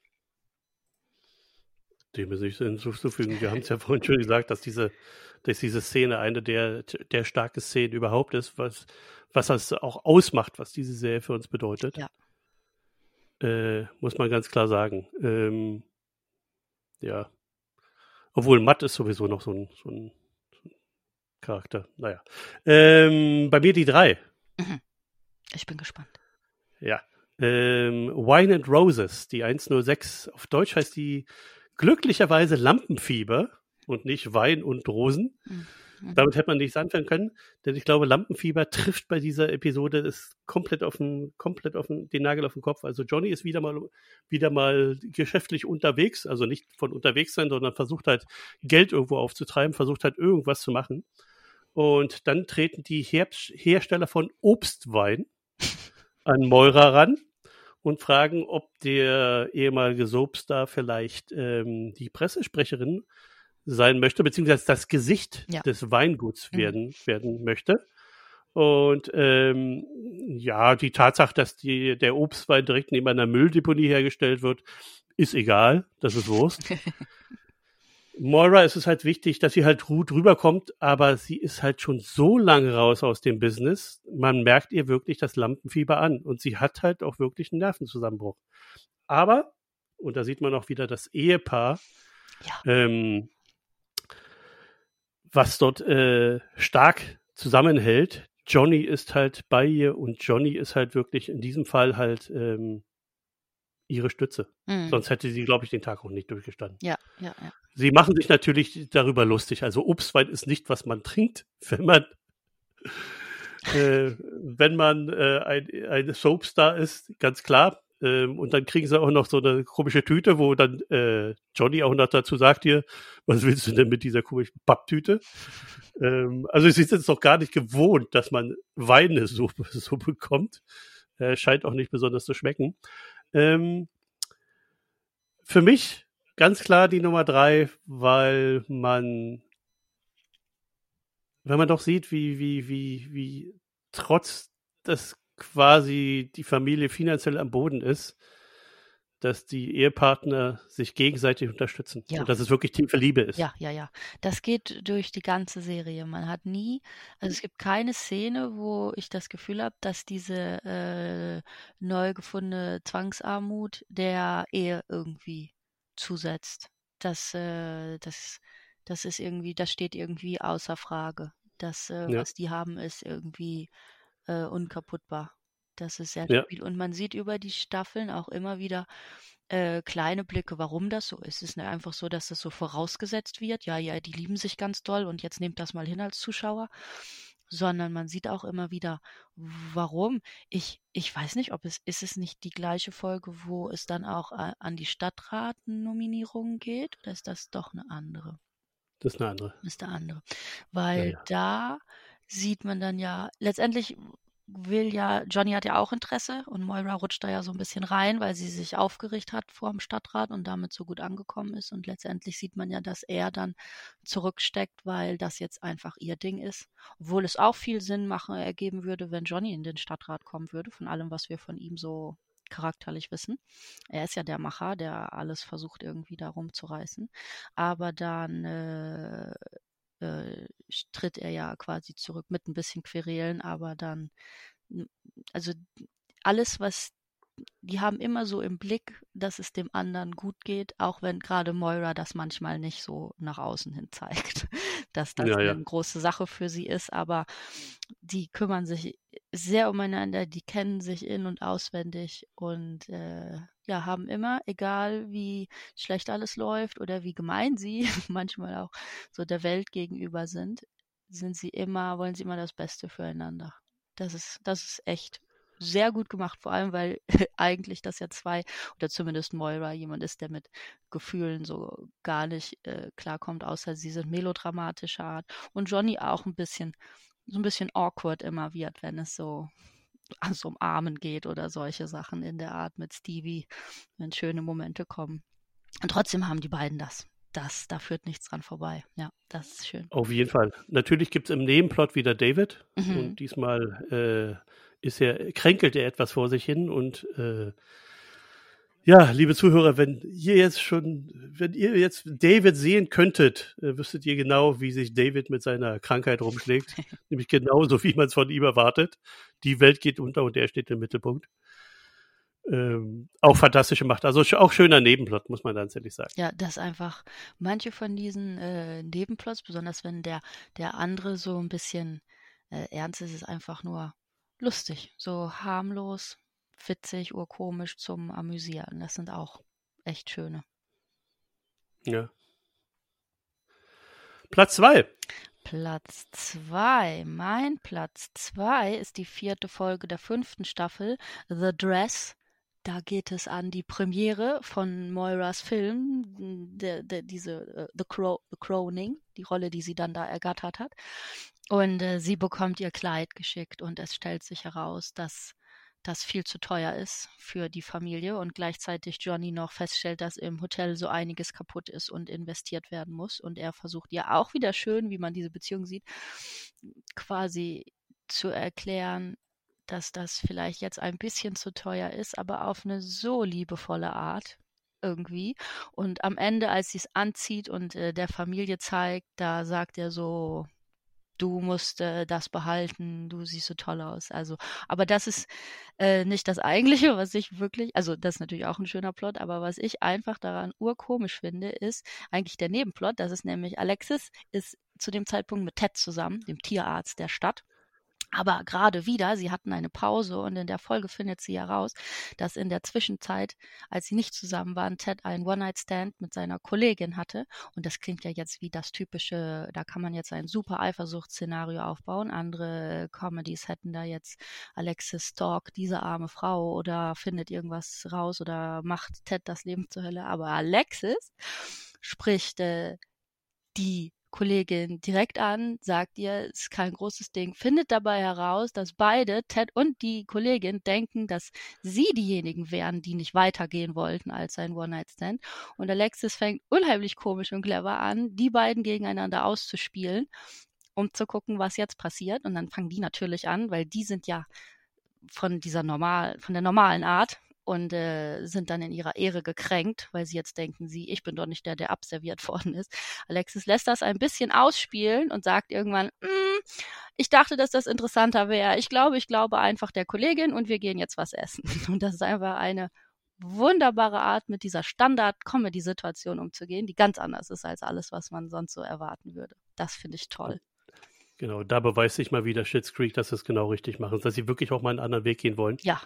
Dem ist nichts hinzuzufügen. Wir haben es ja vorhin schon gesagt, dass diese Szene eine der starken Szenen überhaupt ist, was das auch ausmacht, was diese Serie für uns bedeutet. Ja. muss man ganz klar sagen. Ja. Obwohl Matt ist sowieso noch so ein Charakter. Naja. Bei mir die 3. Ich bin gespannt. Ja. Wine and Roses, die 106. Auf Deutsch heißt die glücklicherweise Lampenfieber und nicht Wein und Rosen. Damit hätte man nichts anfangen können, denn ich glaube, Lampenfieber trifft bei dieser Episode ist komplett auf den Nagel auf den Kopf. Also Johnny ist wieder mal geschäftlich unterwegs, also nicht von unterwegs sein, sondern versucht halt Geld irgendwo aufzutreiben, versucht halt irgendwas zu machen. Und dann treten die Hersteller von Obstwein an Moira ran und fragen, ob der ehemalige Soapstar vielleicht die Pressesprecherin sein möchte, beziehungsweise das Gesicht des Weinguts werden möchte. Und die Tatsache, dass der Obstwein direkt neben einer Mülldeponie hergestellt wird, ist egal, das ist Wurst. Moira ist es halt wichtig, dass sie halt gut rüberkommt, aber sie ist halt schon so lange raus aus dem Business, man merkt ihr wirklich das Lampenfieber an und sie hat halt auch wirklich einen Nervenzusammenbruch. Aber, und da sieht man auch wieder das Ehepaar, was dort stark zusammenhält. Johnny ist halt bei ihr und Johnny ist halt wirklich in diesem Fall halt ihre Stütze. Sonst hätte sie, glaube ich, den Tag auch nicht durchgestanden. Ja. Sie machen sich natürlich darüber lustig. Also Obstwein ist nicht, was man trinkt, wenn man ein Soapstar ist, ganz klar. Und dann kriegen sie auch noch so eine komische Tüte, wo dann Johnny auch noch dazu sagt hier, was willst du denn mit dieser komischen Papptüte? Also sie sind es doch gar nicht gewohnt, dass man Weine so bekommt. Scheint auch nicht besonders zu schmecken. Für mich ganz klar die Nummer 3, weil wenn man doch sieht, wie trotz dass quasi die Familie finanziell am Boden ist, dass die Ehepartner sich gegenseitig unterstützen und dass es wirklich tiefe Liebe ist. Ja. Das geht durch die ganze Serie. Man hat es gibt keine Szene, wo ich das Gefühl habe, dass diese neu gefundene Zwangsarmut der Ehe irgendwie zusetzt. Das ist irgendwie, das steht irgendwie außer Frage. Was die haben, ist irgendwie unkaputtbar. Das ist sehr stabil. Und man sieht über die Staffeln auch immer wieder kleine Blicke, warum das so ist. Es ist nicht einfach so, dass das so vorausgesetzt wird. Ja, die lieben sich ganz doll und jetzt nehmt das mal hin als Zuschauer. Sondern man sieht auch immer wieder, warum. Ich weiß nicht, ist es nicht die gleiche Folge, wo es dann auch an die Stadtrat-Nominierungen geht? Oder ist das doch eine andere? Das ist eine andere. Ist eine andere. Weil da sieht man dann ja, letztendlich Johnny hat ja auch Interesse und Moira rutscht da ja so ein bisschen rein, weil sie sich aufgeregt hat vor dem Stadtrat und damit so gut angekommen ist. Und letztendlich sieht man ja, dass er dann zurücksteckt, weil das jetzt einfach ihr Ding ist. Obwohl es auch viel Sinn ergeben würde, wenn Johnny in den Stadtrat kommen würde, von allem, was wir von ihm so charakterlich wissen. Er ist ja der Macher, der alles versucht irgendwie da rumzureißen. Aber dann tritt er ja quasi zurück mit ein bisschen Querelen, aber dann, also alles, die haben immer so im Blick, dass es dem anderen gut geht, auch wenn gerade Moira das manchmal nicht so nach außen hin zeigt, dass das eine große Sache für sie ist, aber die kümmern sich sehr umeinander, die kennen sich in- und auswendig und haben immer, egal wie schlecht alles läuft oder wie gemein sie manchmal auch so der Welt gegenüber sind, wollen sie immer das Beste füreinander. Das ist echt sehr gut gemacht, vor allem, weil eigentlich das ja oder zumindest Moira jemand ist, der mit Gefühlen so gar nicht klarkommt, außer sie sind melodramatischer Art. Und Johnny auch so ein bisschen awkward immer wird, wenn es so ans Umarmen geht oder solche Sachen in der Art mit Stevie, wenn schöne Momente kommen. Und trotzdem haben die beiden das. Da führt nichts dran vorbei. Ja, das ist schön. Auf jeden Fall. Natürlich gibt es im Nebenplot wieder David. Und diesmal kränkelt er etwas vor sich hin. Und liebe Zuhörer, wenn ihr jetzt David sehen könntet, wüsstet ihr genau, wie sich David mit seiner Krankheit rumschlägt. Nämlich genauso, wie man es von ihm erwartet. Die Welt geht unter und er steht im Mittelpunkt. auch fantastisch gemacht. Also auch schöner Nebenplot, muss man ganz ehrlich sagen. Ja, dass einfach manche von diesen Nebenplots, besonders wenn der andere so ein bisschen ernst ist, ist einfach nur lustig, so harmlos, witzig, urkomisch zum Amüsieren. Das sind auch echt schöne. Ja. Platz 2. Platz 2. Mein Platz 2 ist die 4. Folge der 5. Staffel, The Dress. Da geht es an die Premiere von Moiras Film, diese The Crowning, die Rolle, die sie dann da ergattert hat. Und sie bekommt ihr Kleid geschickt und es stellt sich heraus, dass das viel zu teuer ist für die Familie und gleichzeitig Johnny noch feststellt, dass im Hotel so einiges kaputt ist und investiert werden muss. Und er versucht ihr auch wieder schön, wie man diese Beziehung sieht, quasi zu erklären, dass das vielleicht jetzt ein bisschen zu teuer ist, aber auf eine so liebevolle Art irgendwie. Und am Ende, als sie es anzieht und der Familie zeigt, da sagt er so, du musst das behalten, du siehst so toll aus. Also, aber das ist nicht das Eigentliche, was ich wirklich, also das ist natürlich auch ein schöner Plot, aber was ich einfach daran urkomisch finde, ist eigentlich der Nebenplot. Das ist nämlich, Alexis ist zu dem Zeitpunkt mit Ted zusammen, dem Tierarzt der Stadt. Aber gerade wieder, sie hatten eine Pause und in der Folge findet sie heraus, dass in der Zwischenzeit, als sie nicht zusammen waren, Ted einen One-Night-Stand mit seiner Kollegin hatte. Und das klingt ja jetzt wie das typische, da kann man jetzt ein super Eifersuchtsszenario aufbauen. Andere Comedies hätten da jetzt Alexis stalkt diese arme Frau oder findet irgendwas raus oder macht Ted das Leben zur Hölle. Aber Alexis spricht die Kollegin direkt an, sagt ihr, es ist kein großes Ding, findet dabei heraus, dass beide, Ted und die Kollegin, denken, dass sie diejenigen wären, die nicht weitergehen wollten als ein One-Night-Stand. Und Alexis fängt unheimlich komisch und clever an, die beiden gegeneinander auszuspielen, um zu gucken, was jetzt passiert. Und dann fangen die natürlich an, weil die sind ja von der normalen Art und sind dann in ihrer Ehre gekränkt, weil sie jetzt denken, ich bin doch nicht der abserviert worden ist. Alexis lässt das ein bisschen ausspielen und sagt irgendwann, ich dachte, dass das interessanter wäre. Ich glaube einfach der Kollegin und wir gehen jetzt was essen. Und das ist einfach eine wunderbare Art, mit dieser Standard-Comedy-Situation umzugehen, die ganz anders ist als alles, was man sonst so erwarten würde. Das finde ich toll. Genau, da beweist sich mal wieder Schitt's Creek, dass sie es genau richtig machen, dass sie wirklich auch mal einen anderen Weg gehen wollen. Ja.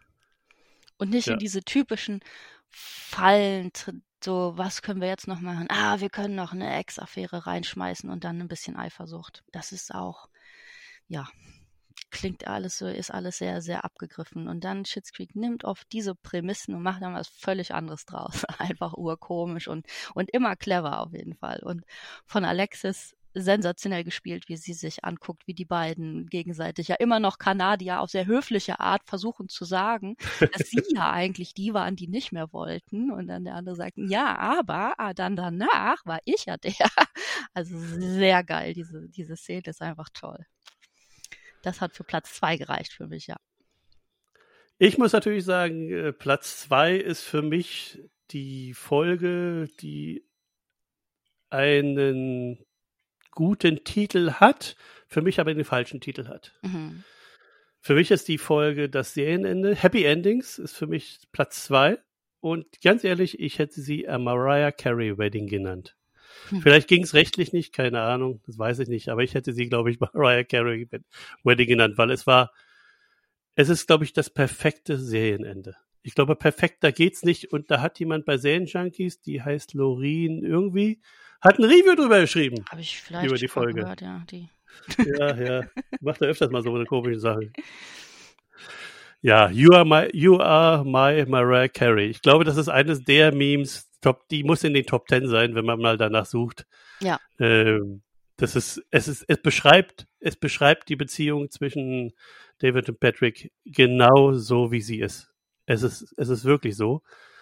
Und nicht in diese typischen Fallen, so, was können wir jetzt noch machen? Wir können noch eine Ex-Affäre reinschmeißen und dann ein bisschen Eifersucht. Das ist auch, ja, klingt alles so, ist alles sehr, sehr abgegriffen. Und dann Schitt's Creek nimmt oft diese Prämissen und macht dann was völlig anderes draus. Einfach urkomisch und immer clever auf jeden Fall. Und von Alexis sensationell gespielt, wie sie sich anguckt, wie die beiden gegenseitig ja immer noch Kanadier auf sehr höfliche Art versuchen zu sagen, dass sie ja eigentlich die waren, die nicht mehr wollten. Und dann der andere sagt, ja, aber dann danach war ich ja der. Also sehr geil, diese Szene ist einfach toll. Das hat für Platz 2 gereicht für mich, ja. Ich muss natürlich sagen, Platz 2 ist für mich die Folge, die einen guten Titel hat, für mich aber den falschen Titel hat. Mhm. Für mich ist die Folge das Serienende. Happy Endings ist für mich Platz 2. Und ganz ehrlich, ich hätte sie a Mariah Carey Wedding genannt. Vielleicht ging es rechtlich nicht, keine Ahnung, das weiß ich nicht, aber ich hätte sie, glaube ich, Mariah Carey Wedding genannt, weil es ist, glaube ich, das perfekte Serienende. Ich glaube, perfekter geht's nicht. Und da hat jemand bei Serienjunkies, die heißt Lorin irgendwie, hat ein Review drüber geschrieben. Habe ich vielleicht über die Folge gehört, ja. Ja. Macht er öfters mal so eine komische Sache. Ja, You are my Mariah Carey. Ich glaube, das ist eines der Memes, die muss in den Top 10 sein, wenn man mal danach sucht. Ja. Es beschreibt die Beziehung zwischen David und Patrick genau so, wie sie ist. Es ist wirklich so.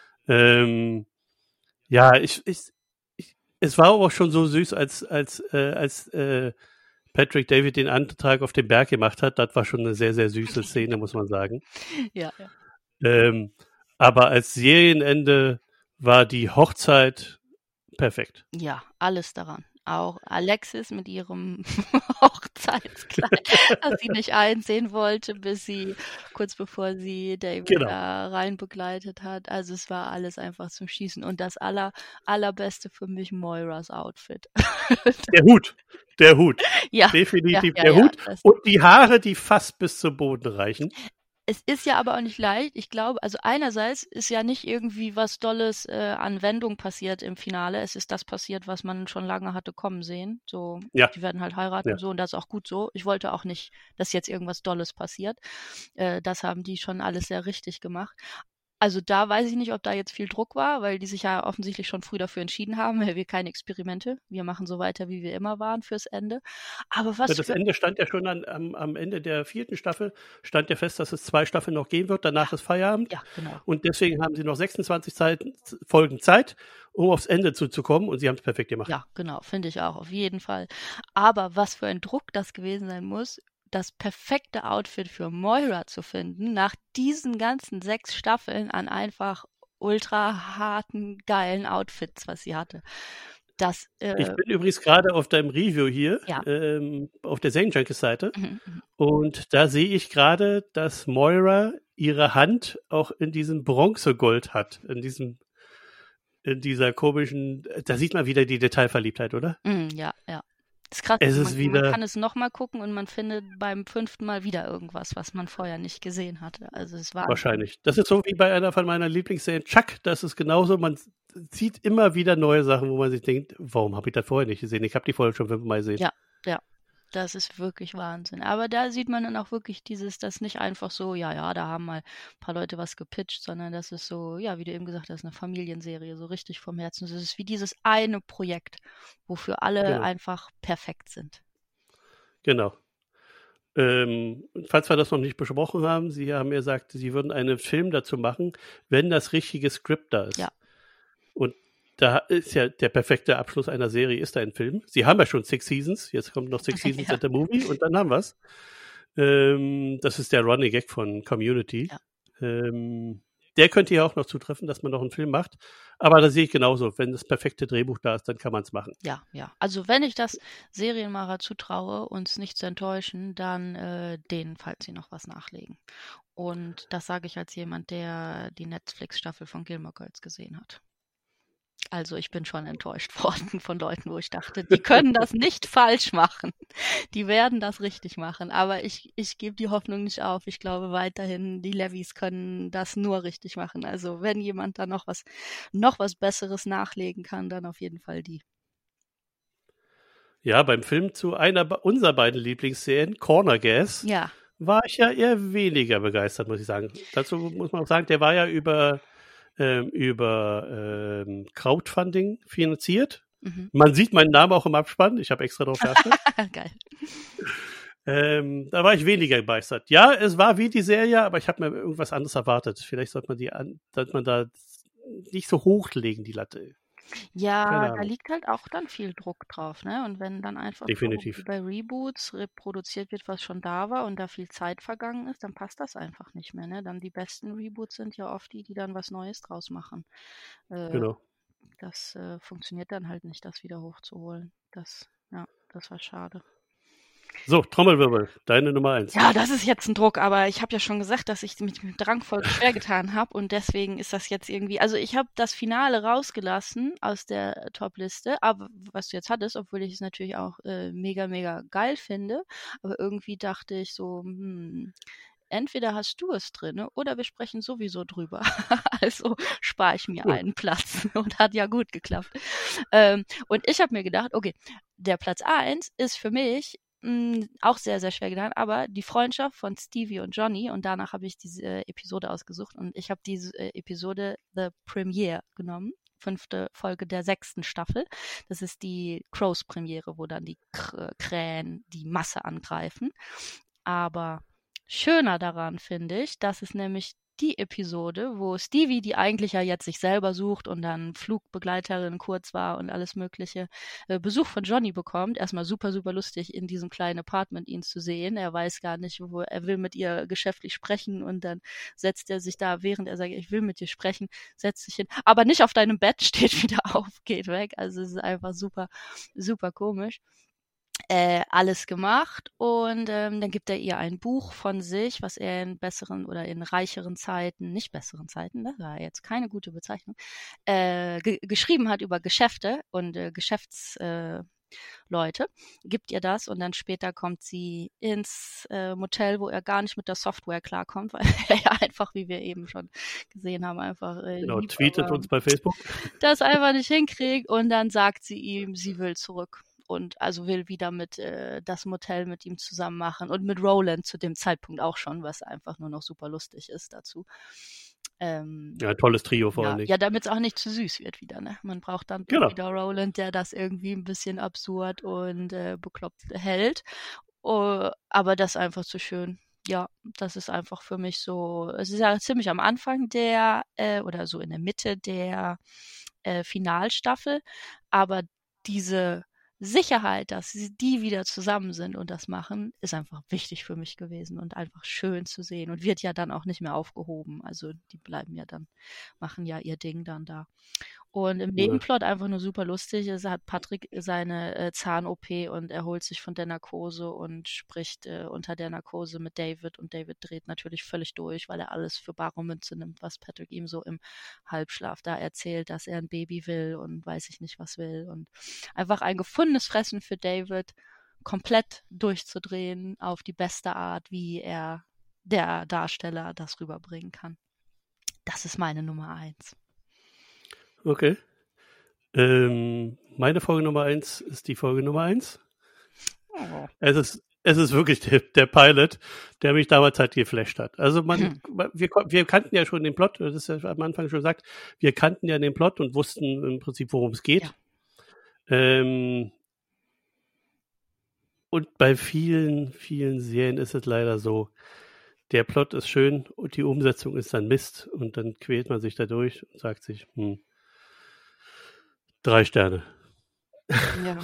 Ja, es war auch schon so süß, als Patrick David den Antrag auf den Berg gemacht hat. Das war schon eine sehr, sehr süße Szene, muss man sagen. Ja. Aber als Serienende war die Hochzeit perfekt. Ja, alles daran. Auch Alexis mit ihrem Hochzeitskleid, das sie nicht einsehen wollte, kurz bevor sie David Genau. da rein begleitet hat. Also es war alles einfach zum Schießen. Und das Allerbeste für mich, Moiras Outfit. Der Hut. Ja, Definitiv ja, der ja, Hut. das- Und die Haare, die fast bis zum Boden reichen. Es ist ja aber auch nicht leicht. Ich glaube, also einerseits ist ja nicht irgendwie was Dolles an Wendung passiert im Finale. Es ist das passiert, was man schon lange hatte kommen sehen. So, Ja. die werden halt heiraten Ja. und so, und das ist auch gut so. Ich wollte auch nicht, dass jetzt irgendwas Dolles passiert. Das haben die schon alles sehr richtig gemacht. Also da weiß ich nicht, ob da jetzt viel Druck war, weil die sich ja offensichtlich schon früh dafür entschieden haben, wir keine Experimente, wir machen so weiter, wie wir immer waren fürs Ende. Aber was Das Ende stand ja schon am Ende der 4. Staffel, stand ja fest, dass es 2 Staffeln noch gehen wird, danach ist Feierabend. Ja, genau. Und deswegen haben sie noch 26 Folgen Zeit, um aufs Ende zuzukommen, und sie haben es perfekt gemacht. Ja, genau, finde ich auch, auf jeden Fall. Aber was für ein Druck das gewesen sein muss, das perfekte Outfit für Moira zu finden, nach diesen ganzen 6 Staffeln an einfach ultra harten, geilen Outfits, was sie hatte. Das, Ich bin übrigens gerade auf deinem Review hier, Ja. auf der Zane Junkies Seite, mhm. und da sehe ich gerade, dass Moira ihre Hand auch in diesem Bronzegold hat, in dieser komischen, da sieht man wieder die Detailverliebtheit, oder? Ja, ja. Das ist krass. Es Man, ist man wieder, kann es nochmal gucken und man findet beim 5. Mal wieder irgendwas, was man vorher nicht gesehen hatte. Also es war wahrscheinlich. Das ist so wie bei einer von meiner Lieblingsserien, Chuck, das ist genauso, man sieht immer wieder neue Sachen, wo man sich denkt, warum habe ich das vorher nicht gesehen? Ich habe die vorher schon 5-mal gesehen. Ja, ja. Das ist wirklich Wahnsinn. Aber da sieht man dann auch wirklich das nicht einfach so, ja, da haben mal ein paar Leute was gepitcht, sondern das ist so, ja, wie du eben gesagt hast, eine Familienserie, so richtig vom Herzen. Es ist wie dieses eine Projekt, wofür alle Genau. einfach perfekt sind. Genau. Falls wir das noch nicht besprochen haben, Sie haben ja gesagt, Sie würden einen Film dazu machen, wenn das richtige Skript da ist. Ja. Und da ist ja der perfekte Abschluss einer Serie, ist da ein Film. Sie haben ja schon 6 Seasons, jetzt kommt noch 6 Seasons Ja. at the Movie, und dann haben wir es. Das ist der Running Gag von Community. Ja. Der könnte ja auch noch zutreffen, dass man noch einen Film macht. Aber da sehe ich genauso, wenn das perfekte Drehbuch da ist, dann kann man es machen. Ja. Also wenn ich das Serienmacher zutraue, uns nicht zu enttäuschen, dann denen, falls sie noch was nachlegen. Und das sage ich als jemand, der die Netflix-Staffel von Gilmore Girls gesehen hat. Also ich bin schon enttäuscht worden von Leuten, wo ich dachte, die können das nicht falsch machen. Die werden das richtig machen. Aber ich gebe die Hoffnung nicht auf. Ich glaube weiterhin, die Levys können das nur richtig machen. Also wenn jemand da noch was Besseres nachlegen kann, dann auf jeden Fall die. Ja, beim Film zu einer unserer beiden Lieblingsserien, Corner Gas, Ja. war ich ja eher weniger begeistert, muss ich sagen. Dazu muss man auch sagen, der war ja über Crowdfunding finanziert. Mhm. Man sieht meinen Namen auch im Abspann. Ich habe extra drauf geachtet. Geil. Da war ich weniger begeistert. Ja, es war wie die Serie, aber ich habe mir irgendwas anderes erwartet. Vielleicht sollte man da nicht so hochlegen, die Latte. Ja, Keine da Ahnung. liegt halt auch dann viel Druck drauf, ne? Und wenn dann einfach so Definitiv. wie bei Reboots reproduziert wird, was schon da war und da viel Zeit vergangen ist, dann passt das einfach nicht mehr, ne? Dann die besten Reboots sind ja oft die dann was Neues draus machen. Genau. Das funktioniert dann halt nicht, das wieder hochzuholen. Das war schade. So, Trommelwirbel, deine Nummer 1. Ja, das ist jetzt ein Druck, aber ich habe ja schon gesagt, dass ich mit dem Drangfolge schwer getan habe und deswegen ist das jetzt irgendwie, also ich habe das Finale rausgelassen aus der Top-Liste, aber was du jetzt hattest, obwohl ich es natürlich auch mega, mega geil finde, aber irgendwie dachte ich so, entweder hast du es drin oder wir sprechen sowieso drüber. Also spare ich mir Cool. einen Platz und hat ja gut geklappt. Und ich habe mir gedacht, okay, der Platz 1 ist für mich auch sehr, sehr schwer getan, aber die Freundschaft von Stevie und Johnny, und danach habe ich diese Episode ausgesucht und ich habe diese Episode The Premiere genommen, 5. Folge der 6. Staffel. Das ist die Crows-Premiere, wo dann die Krähen die Masse angreifen. Aber schöner daran finde ich, dass es nämlich die Episode, wo Stevie, die eigentlich ja jetzt sich selber sucht und dann Flugbegleiterin kurz war und alles mögliche, Besuch von Johnny bekommt. Erstmal super, super lustig, in diesem kleinen Apartment ihn zu sehen. Er weiß gar nicht, wo er will mit ihr geschäftlich sprechen und dann setzt er sich da, während er sagt, ich will mit dir sprechen, setzt sich hin, aber nicht auf deinem Bett, steht wieder auf, geht weg. Also es ist einfach super, super komisch. Alles gemacht und dann gibt er ihr ein Buch von sich, was er in besseren oder in reicheren Zeiten, nicht besseren Zeiten, das war jetzt keine gute Bezeichnung, geschrieben hat über Geschäfte und Geschäftsleute, gibt ihr das und dann später kommt sie ins Motel, wo er gar nicht mit der Software klarkommt, weil er ja einfach, wie wir eben schon gesehen haben, einfach genau, tweetet uns bei Facebook. Das einfach nicht hinkriegt und dann sagt sie ihm, sie will zurück. Und also will wieder mit das Motel mit ihm zusammen machen und mit Roland zu dem Zeitpunkt auch schon, was einfach nur noch super lustig ist dazu. Ja, tolles Trio vor allen Dingen. Ja, damit es auch nicht zu süß wird wieder, ne? Man braucht dann wieder Roland, der das irgendwie ein bisschen absurd und bekloppt hält. Aber das einfach zu schön. Ja, das ist einfach für mich so, es ist ja ziemlich am Anfang oder so in der Mitte der Finalstaffel, aber diese Sicherheit, dass die wieder zusammen sind und das machen, ist einfach wichtig für mich gewesen und einfach schön zu sehen und wird ja dann auch nicht mehr aufgehoben. Also die bleiben ja dann, machen ja ihr Ding dann da. Und im Nebenplot einfach nur super lustig. Es hat Patrick seine Zahn-OP und er holt sich von der Narkose und spricht unter der Narkose mit David und David dreht natürlich völlig durch, weil er alles für bare Münze nimmt, was Patrick ihm so im Halbschlaf da erzählt, dass er ein Baby will und weiß ich nicht was will und einfach ein gefundenes Fressen für David, komplett durchzudrehen auf die beste Art, wie er, der Darsteller, das rüberbringen kann. Das ist meine Nummer 1. Okay. Meine Folge Nummer 1 ist die Folge Nummer 1. Oh. Es ist wirklich der Pilot, der mich damals halt geflasht hat. Also wir kannten ja schon den Plot, das ist ja am Anfang schon gesagt, wir kannten ja den Plot und wussten im Prinzip, worum es geht. Ja. Und bei vielen, vielen Serien ist es leider so, der Plot ist schön und die Umsetzung ist dann Mist und dann quält man sich da durch und sagt sich, 3 Sterne. Ja.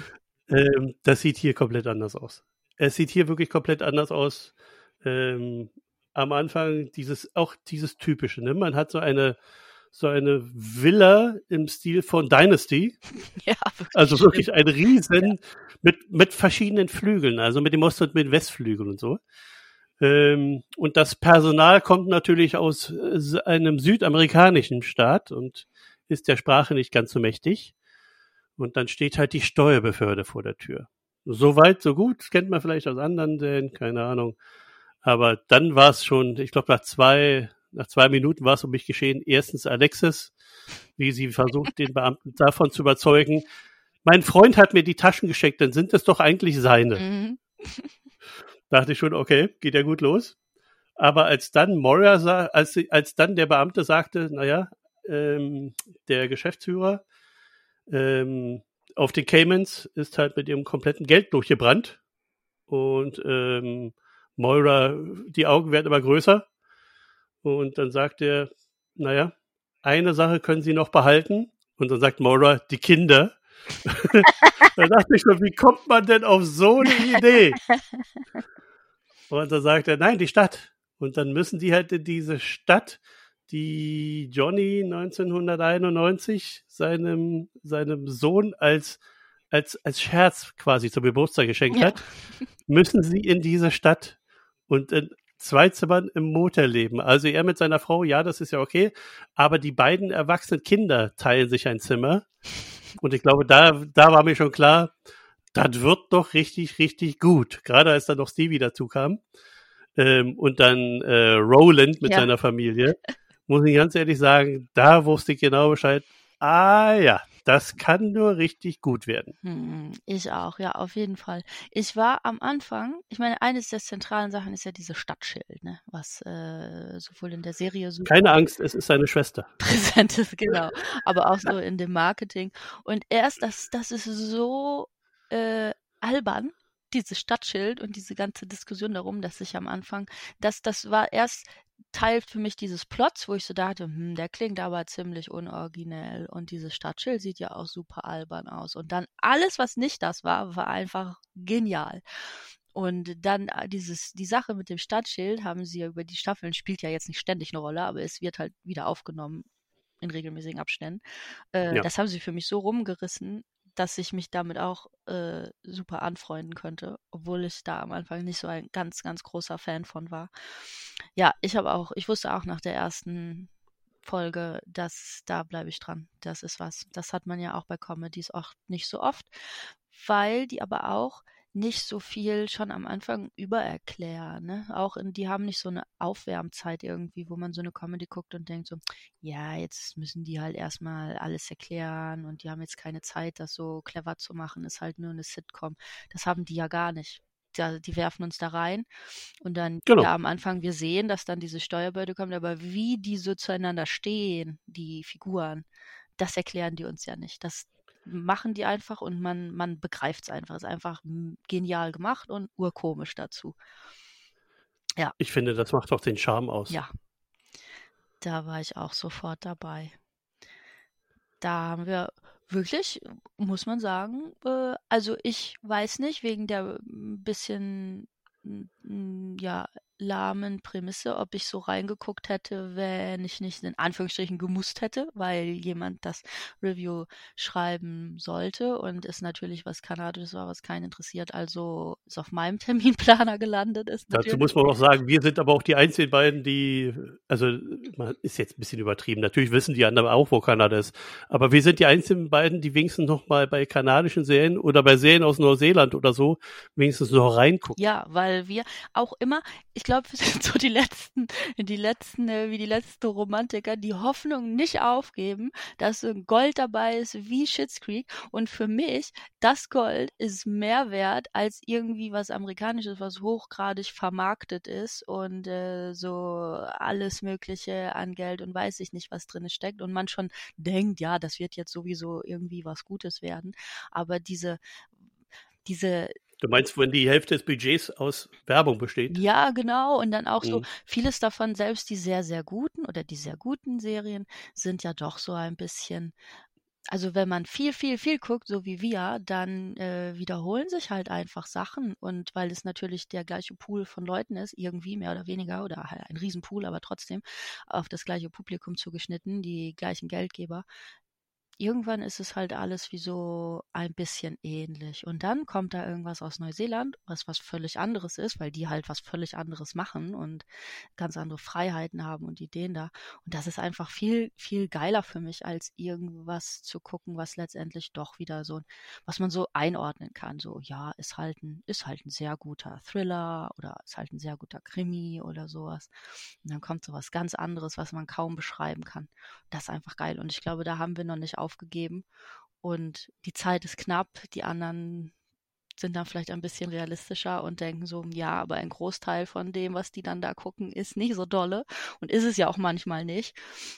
Das sieht hier komplett anders aus. Es sieht hier wirklich komplett anders aus. Am Anfang dieses Typische, ne? Man hat so eine Villa im Stil von Dynasty. Ja, wirklich. Also wirklich ein Riesen mit verschiedenen Flügeln, also mit dem Ost- und mit dem Westflügel und so. Und das Personal kommt natürlich aus einem südamerikanischen Staat und ist der Sprache nicht ganz so mächtig. Und dann steht halt die Steuerbehörde vor der Tür. So weit, so gut, das kennt man vielleicht aus anderen Serien, keine Ahnung. Aber dann war es schon, ich glaube nach zwei Minuten war es um mich geschehen. Erstens Alexis, wie sie versucht, den Beamten davon zu überzeugen. Mein Freund hat mir die Taschen geschenkt, dann sind es doch eigentlich seine. Mhm. Dachte ich schon, okay, geht ja gut los. Aber als dann Moira als dann der Beamte sagte, naja, der Geschäftsführer auf den Caymans ist halt mit ihrem kompletten Geld durchgebrannt und Moira, die Augen werden immer größer und dann sagt er, naja, eine Sache können Sie noch behalten und dann sagt Moira, die Kinder. Da dachte ich schon, wie kommt man denn auf so eine Idee? Und dann sagt er, nein, die Stadt. Und dann müssen die halt in diese Stadt, die Johnny 1991 seinem Sohn als Scherz quasi zum Geburtstag geschenkt hat, müssen sie in diese Stadt und in 2 Zimmern im Motel leben. Also er mit seiner Frau, ja, das ist ja okay, aber die beiden erwachsenen Kinder teilen sich ein Zimmer. Und ich glaube, da war mir schon klar, das wird doch richtig, richtig gut. Gerade als dann noch Stevie dazu kam und dann Roland mit seiner Familie. Muss ich ganz ehrlich sagen, da wusste ich genau Bescheid. Ja, das kann nur richtig gut werden. Ich auch, ja, auf jeden Fall. Ich war am Anfang, ich meine, eines der zentralen Sachen ist ja dieses Stadtschild, ne, was sowohl in der Serie so keine Angst, es ist seine Schwester. Präsent ist, genau, aber auch so in dem Marketing. Und erst, das ist so albern, dieses Stadtschild und diese ganze Diskussion darum, dass ich am Anfang, das war erst Teil für mich dieses Plots, wo ich so dachte, der klingt aber ziemlich unoriginell und dieses Stadtschild sieht ja auch super albern aus. Und dann alles, was nicht das war einfach genial. Und dann die Sache mit dem Stadtschild haben sie ja über die Staffeln, spielt ja jetzt nicht ständig eine Rolle, aber es wird halt wieder aufgenommen in regelmäßigen Abständen. Das haben sie für mich so rumgerissen, dass ich mich damit auch super anfreunden könnte, obwohl ich da am Anfang nicht so ein ganz, ganz großer Fan von war. Ja, ich wusste auch nach der ersten Folge, dass da bleibe ich dran. Das ist was. Das hat man ja auch bei Comedies auch nicht so oft, weil die aber auch nicht so viel schon am Anfang übererklären, ne? Die haben nicht so eine Aufwärmzeit irgendwie, wo man so eine Comedy guckt und denkt so, ja, jetzt müssen die halt erstmal alles erklären und die haben jetzt keine Zeit, das so clever zu machen, ist halt nur eine Sitcom. Das haben die ja gar nicht. Die werfen uns da rein und dann ja am Anfang, wir sehen, dass dann diese Steuerbehörde kommt, aber wie die so zueinander stehen, die Figuren, das erklären die uns ja nicht. Das machen die einfach und man begreift es einfach. Es ist einfach genial gemacht und urkomisch dazu. Ja. Ich finde, das macht auch den Charme aus. Ja, da war ich auch sofort dabei. Da haben wir wirklich, muss man sagen, also ich weiß nicht, wegen der bisschen lahmen Prämisse, ob ich so reingeguckt hätte, wenn ich nicht in Anführungsstrichen gemusst hätte, weil jemand das Review schreiben sollte und es natürlich was Kanadisches war, was keinen interessiert, also ist auf meinem Terminplaner gelandet ist. Dazu muss man auch sagen, wir sind aber auch die einzigen beiden, die, also ist jetzt ein bisschen übertrieben, natürlich wissen die anderen auch, wo Kanada ist, aber wir sind die einzigen beiden, die wenigstens noch mal bei kanadischen Serien oder bei Serien aus Neuseeland oder so wenigstens noch reingucken. Ja, weil wir auch immer, ich glaube, wir sind so die letzten Romantiker, die Hoffnung nicht aufgeben, dass so ein Gold dabei ist wie Schitt's Creek. Und für mich, das Gold ist mehr wert als irgendwie was Amerikanisches, was hochgradig vermarktet ist und so alles Mögliche an Geld und weiß ich nicht, was drin steckt. Und man schon denkt, ja, das wird jetzt sowieso irgendwie was Gutes werden. Aber diese Du meinst, wenn die Hälfte des Budgets aus Werbung besteht? Ja, genau. Und dann auch so vieles davon, selbst die sehr, sehr guten oder die sehr guten Serien sind ja doch so ein bisschen, also wenn man viel, viel, viel guckt, so wie wir, dann wiederholen sich halt einfach Sachen. Und weil es natürlich der gleiche Pool von Leuten ist, irgendwie mehr oder weniger, oder halt ein Riesenpool, aber trotzdem auf das gleiche Publikum zugeschnitten, die gleichen Geldgeber. Irgendwann ist es halt alles wie so ein bisschen ähnlich. Und dann kommt da irgendwas aus Neuseeland, was völlig anderes ist, weil die halt was völlig anderes machen und ganz andere Freiheiten haben und Ideen da. Und das ist einfach viel, viel geiler für mich, als irgendwas zu gucken, was letztendlich doch wieder so, was man so einordnen kann. So, ja, ist halt ein sehr guter Thriller oder ist halt ein sehr guter Krimi oder sowas. Und dann kommt so was ganz anderes, was man kaum beschreiben kann. Das ist einfach geil. Und ich glaube, da haben wir noch nicht aufgegeben und die Zeit ist knapp, die anderen sind dann vielleicht ein bisschen realistischer und denken so, ja, aber ein Großteil von dem, was die dann da gucken, ist nicht so dolle und ist es ja auch manchmal nicht.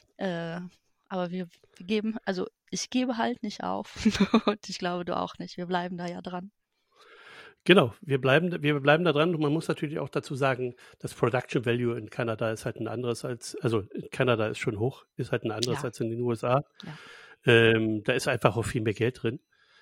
Aber wir geben, also ich gebe halt nicht auf und ich glaube, du auch nicht. Wir bleiben da ja dran. Genau, wir bleiben da dran und man muss natürlich auch dazu sagen, das Production Value in Kanada ist halt ein anderes also in Kanada ist schon hoch, ist halt ein anderes als in den USA. Ja. Da ist einfach auch viel mehr Geld drin.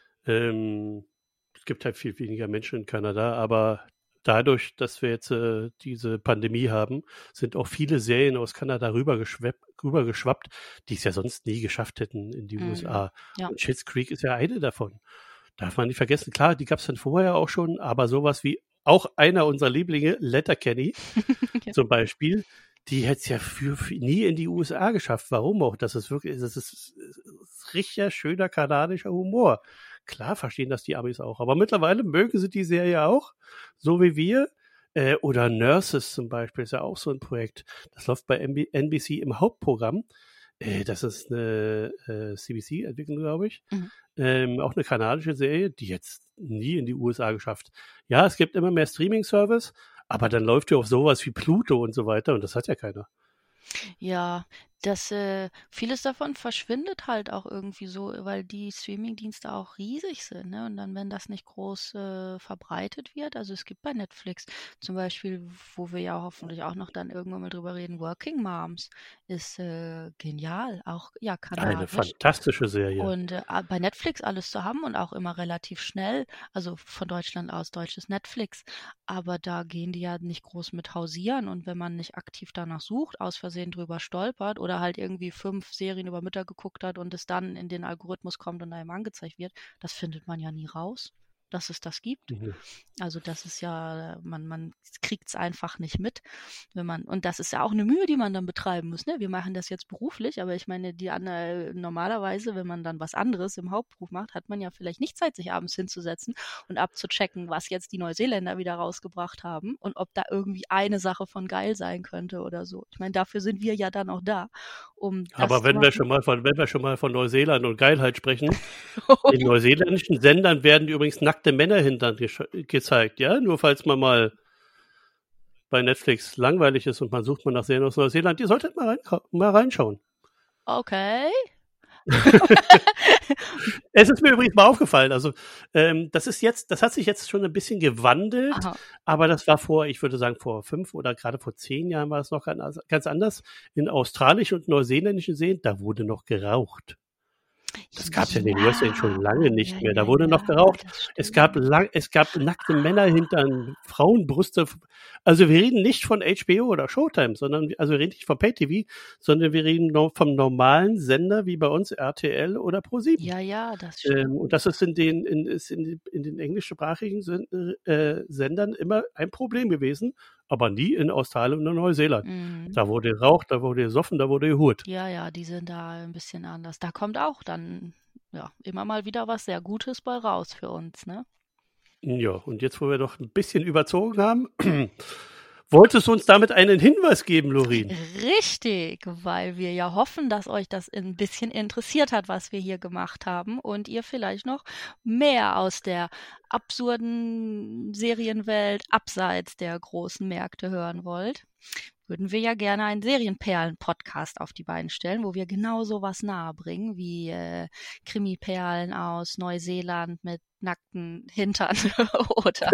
Es gibt halt viel weniger Menschen in Kanada, aber dadurch, dass wir jetzt diese Pandemie haben, sind auch viele Serien aus Kanada rübergeschwappt, die es ja sonst nie geschafft hätten in die USA. Ja. Und Schitt's Creek ist ja eine davon. Darf man nicht vergessen. Klar, die gab es dann vorher auch schon, aber sowas wie auch einer unserer Lieblinge, Letterkenny zum Beispiel, die hätte es ja für nie in die USA geschafft. Warum auch? Das ist richtiger, schöner kanadischer Humor. Klar verstehen das die Amis auch, aber mittlerweile mögen sie die Serie auch, so wie wir. Oder Nurses zum Beispiel ist ja auch so ein Projekt. Das läuft bei NBC im Hauptprogramm. Das ist eine CBC-Entwicklung, glaube ich. Auch eine kanadische Serie, die jetzt nie in die USA geschafft. Ja, es gibt immer mehr Streaming-Service, aber dann läuft ja auf sowas wie Pluto und so weiter und das hat ja keiner. Ja, Vieles davon verschwindet halt auch irgendwie so, weil die Streamingdienste auch riesig sind, ne? Und dann, wenn das nicht groß verbreitet wird, also es gibt bei Netflix zum Beispiel, wo wir ja hoffentlich auch noch dann irgendwann mal drüber reden, Working Moms ist genial, auch ja Eine kanadisch. fantastische Serie. Und bei Netflix alles zu haben und auch immer relativ schnell, also von Deutschland aus deutsches Netflix, aber da gehen die ja nicht groß mit hausieren und wenn man nicht aktiv danach sucht, aus Versehen drüber stolpert oder halt irgendwie 5 Serien über Mütter geguckt hat und es dann in den Algorithmus kommt und einem angezeigt wird, das findet man ja nie raus, dass es das gibt. Mhm. Also das ist ja, man kriegt es einfach nicht mit, und das ist ja auch eine Mühe, die man dann betreiben muss, ne? Wir machen das jetzt beruflich, aber ich meine, normalerweise, wenn man dann was anderes im Hauptberuf macht, hat man ja vielleicht nicht Zeit, sich abends hinzusetzen und abzuchecken, was jetzt die Neuseeländer wieder rausgebracht haben und ob da irgendwie eine Sache von geil sein könnte oder so. Ich meine, dafür sind wir ja dann auch da, um das Aber zu wenn wir schon mal von Neuseeland und Geilheit sprechen, in neuseeländischen Sendern werden übrigens nackte Männerhintern gezeigt, ja? Nur falls man mal bei Netflix langweilig ist und man sucht mal nach Serien aus Neuseeland, ihr solltet mal reinschauen. Okay. Es ist mir übrigens mal aufgefallen, also das hat sich jetzt schon ein bisschen gewandelt, Aha. aber das war ich würde sagen vor 5 oder gerade vor 10 Jahren war es noch ganz anders. In australischen und neuseeländischen Serien, da wurde noch geraucht. Das gab es ja in den USA schon lange nicht mehr. Da wurde noch geraucht. Es gab nackte Männerhintern, Frauenbrüste. Also wir reden nicht von HBO oder Showtime, wir reden nicht von Pay-TV, sondern wir reden vom normalen Sender wie bei uns RTL oder ProSieben. Ja, das stimmt. Und das ist in den englischsprachigen Sendern immer ein Problem gewesen, aber nie in Australien oder Neuseeland. Mhm. Da wurde geraucht, da wurde gesoffen, da wurde gehurt. Ja, die sind da ein bisschen anders. Da kommt auch dann immer mal wieder was sehr Gutes bei raus für uns, ne? Ja, und jetzt, wo wir doch ein bisschen überzogen haben, wolltest du uns damit einen Hinweis geben, Lorin? Richtig, weil wir ja hoffen, dass euch das ein bisschen interessiert hat, was wir hier gemacht haben und ihr vielleicht noch mehr aus der absurden Serienwelt abseits der großen Märkte hören wollt. Würden wir ja gerne einen Serienperlen-Podcast auf die Beine stellen, wo wir genau sowas nahebringen, wie Krimiperlen aus Neuseeland mit nackten Hintern oder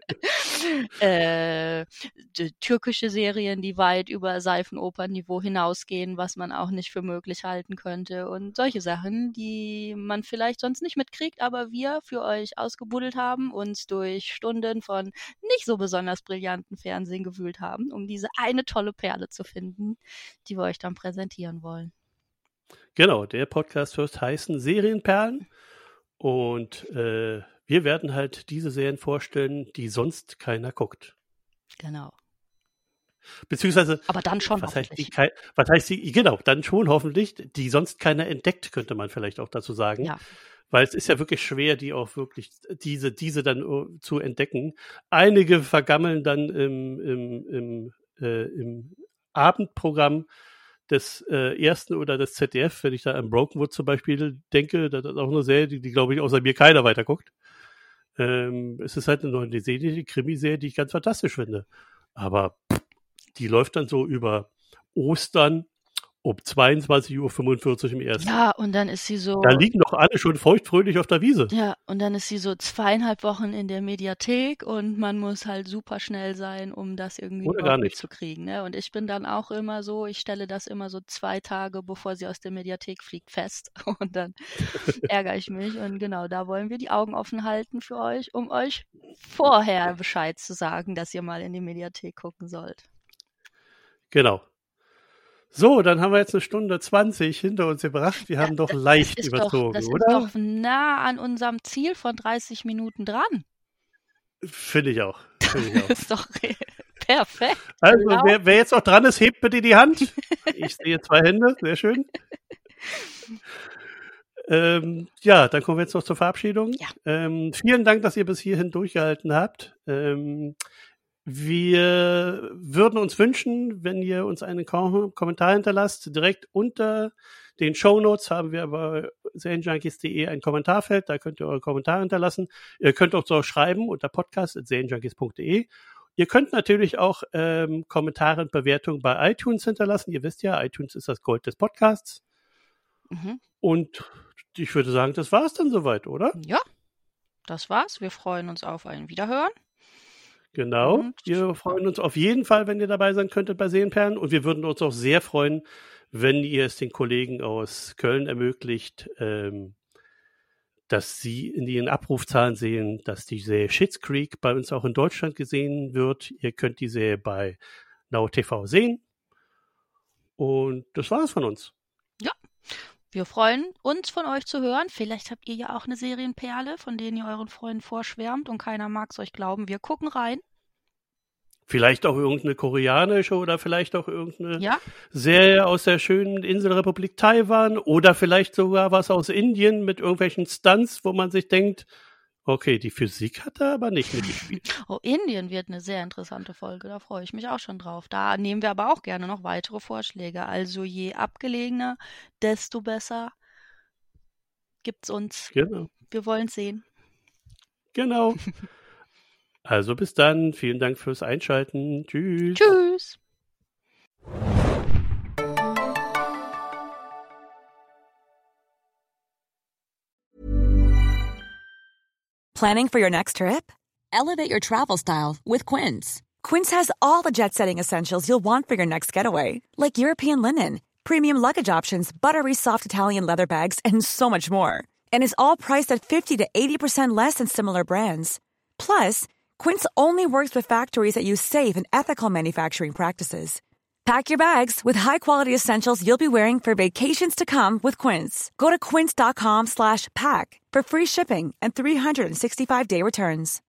türkische Serien, die weit über Seifenopernniveau hinausgehen, was man auch nicht für möglich halten könnte und solche Sachen, die man vielleicht sonst nicht mitkriegt, aber wir für euch ausgebuddelt haben, uns durch Stunden von nicht so besonders brillanten Fernsehen gewühlt haben, um diese eine tolle Perle zu finden, die wir euch dann präsentieren wollen. Genau, der Podcast wird heißen Serienperlen und wir werden halt diese Serien vorstellen, die sonst keiner guckt. Genau. Beziehungsweise, aber dann schon hoffentlich. Genau, dann schon hoffentlich, die sonst keiner entdeckt, könnte man vielleicht auch dazu sagen. Ja. Weil es ist ja wirklich schwer, die auch wirklich, diese dann zu entdecken. Einige vergammeln dann im Abendprogramm des Ersten oder des ZDF, wenn ich da an Brokenwood zum Beispiel denke, das ist auch eine Serie, die glaube ich, außer mir keiner weiterguckt. Es ist halt eine Serie, die Krimiserie, die ich ganz fantastisch finde. Aber die läuft dann so über Ostern um 22:45 Uhr im Ersten. Ja, und dann ist sie so... Da liegen doch alle schon feuchtfröhlich auf der Wiese. Ja, und dann ist sie so 2,5 Wochen in der Mediathek und man muss halt super schnell sein, um das irgendwie mitzukriegen. Ne? Und ich bin dann auch immer so, ich stelle das immer so 2 Tage, bevor sie aus der Mediathek fliegt, fest. Und dann ärgere ich mich. Und genau, da wollen wir die Augen offen halten für euch, um euch vorher Bescheid zu sagen, dass ihr mal in die Mediathek gucken sollt. Genau. So, dann haben wir jetzt 1:20 hinter uns gebracht. Wir haben doch leicht überzogen, das oder? Das ist doch nah an unserem Ziel von 30 Minuten dran. Finde ich auch. Das ist doch perfekt. Also, genau. Wer jetzt noch dran ist, hebt bitte die Hand. Ich sehe 2 Hände, sehr schön. Ja, dann kommen wir jetzt noch zur Verabschiedung. Ja. Vielen Dank, dass ihr bis hierhin durchgehalten habt. Wir würden uns wünschen, wenn ihr uns einen Kommentar hinterlasst. Direkt unter den Shownotes haben wir bei serienjunkies.de ein Kommentarfeld. Da könnt ihr eure Kommentare hinterlassen. Ihr könnt uns auch schreiben unter podcast@serienjunkies.de. Ihr könnt natürlich auch Kommentare und Bewertungen bei iTunes hinterlassen. Ihr wisst ja, iTunes ist das Gold des Podcasts. Und ich würde sagen, das war's dann soweit, oder? Ja, das war's. Wir freuen uns auf ein Wiederhören. Genau. Und wir freuen uns auf jeden Fall, wenn ihr dabei sein könntet bei Seelenperlen. Und wir würden uns auch sehr freuen, wenn ihr es den Kollegen aus Köln ermöglicht, dass sie in ihren Abrufzahlen sehen, dass die Serie Schitt's Creek bei uns auch in Deutschland gesehen wird. Ihr könnt die Serie bei Now TV sehen. Und das war's von uns. Ja. Wir freuen uns, von euch zu hören. Vielleicht habt ihr ja auch eine Serienperle, von denen ihr euren Freunden vorschwärmt und keiner mag es euch glauben. Wir gucken rein. Vielleicht auch irgendeine koreanische oder vielleicht auch irgendeine Serie aus der schönen Inselrepublik Taiwan oder vielleicht sogar was aus Indien mit irgendwelchen Stunts, wo man sich denkt, okay, die Physik hat da aber nicht mitgespielt. Oh, Indien wird eine sehr interessante Folge, da freue ich mich auch schon drauf. Da nehmen wir aber auch gerne noch weitere Vorschläge. Also je abgelegener, desto besser gibt's uns. Genau. Wir wollen sehen. Genau. Also bis dann. Vielen Dank fürs Einschalten. Tschüss. Tschüss. Planning for your next trip? Elevate your travel style with Quince. Quince has all the jet-setting essentials you'll want for your next getaway, like European linen, premium luggage options, buttery soft Italian leather bags, and so much more. And is all priced at 50 to 80% less than similar brands. Plus, Quince only works with factories that use safe and ethical manufacturing practices. Pack your bags with high-quality essentials you'll be wearing for vacations to come with Quince. Go to quince.com/pack for free shipping and 365-day returns.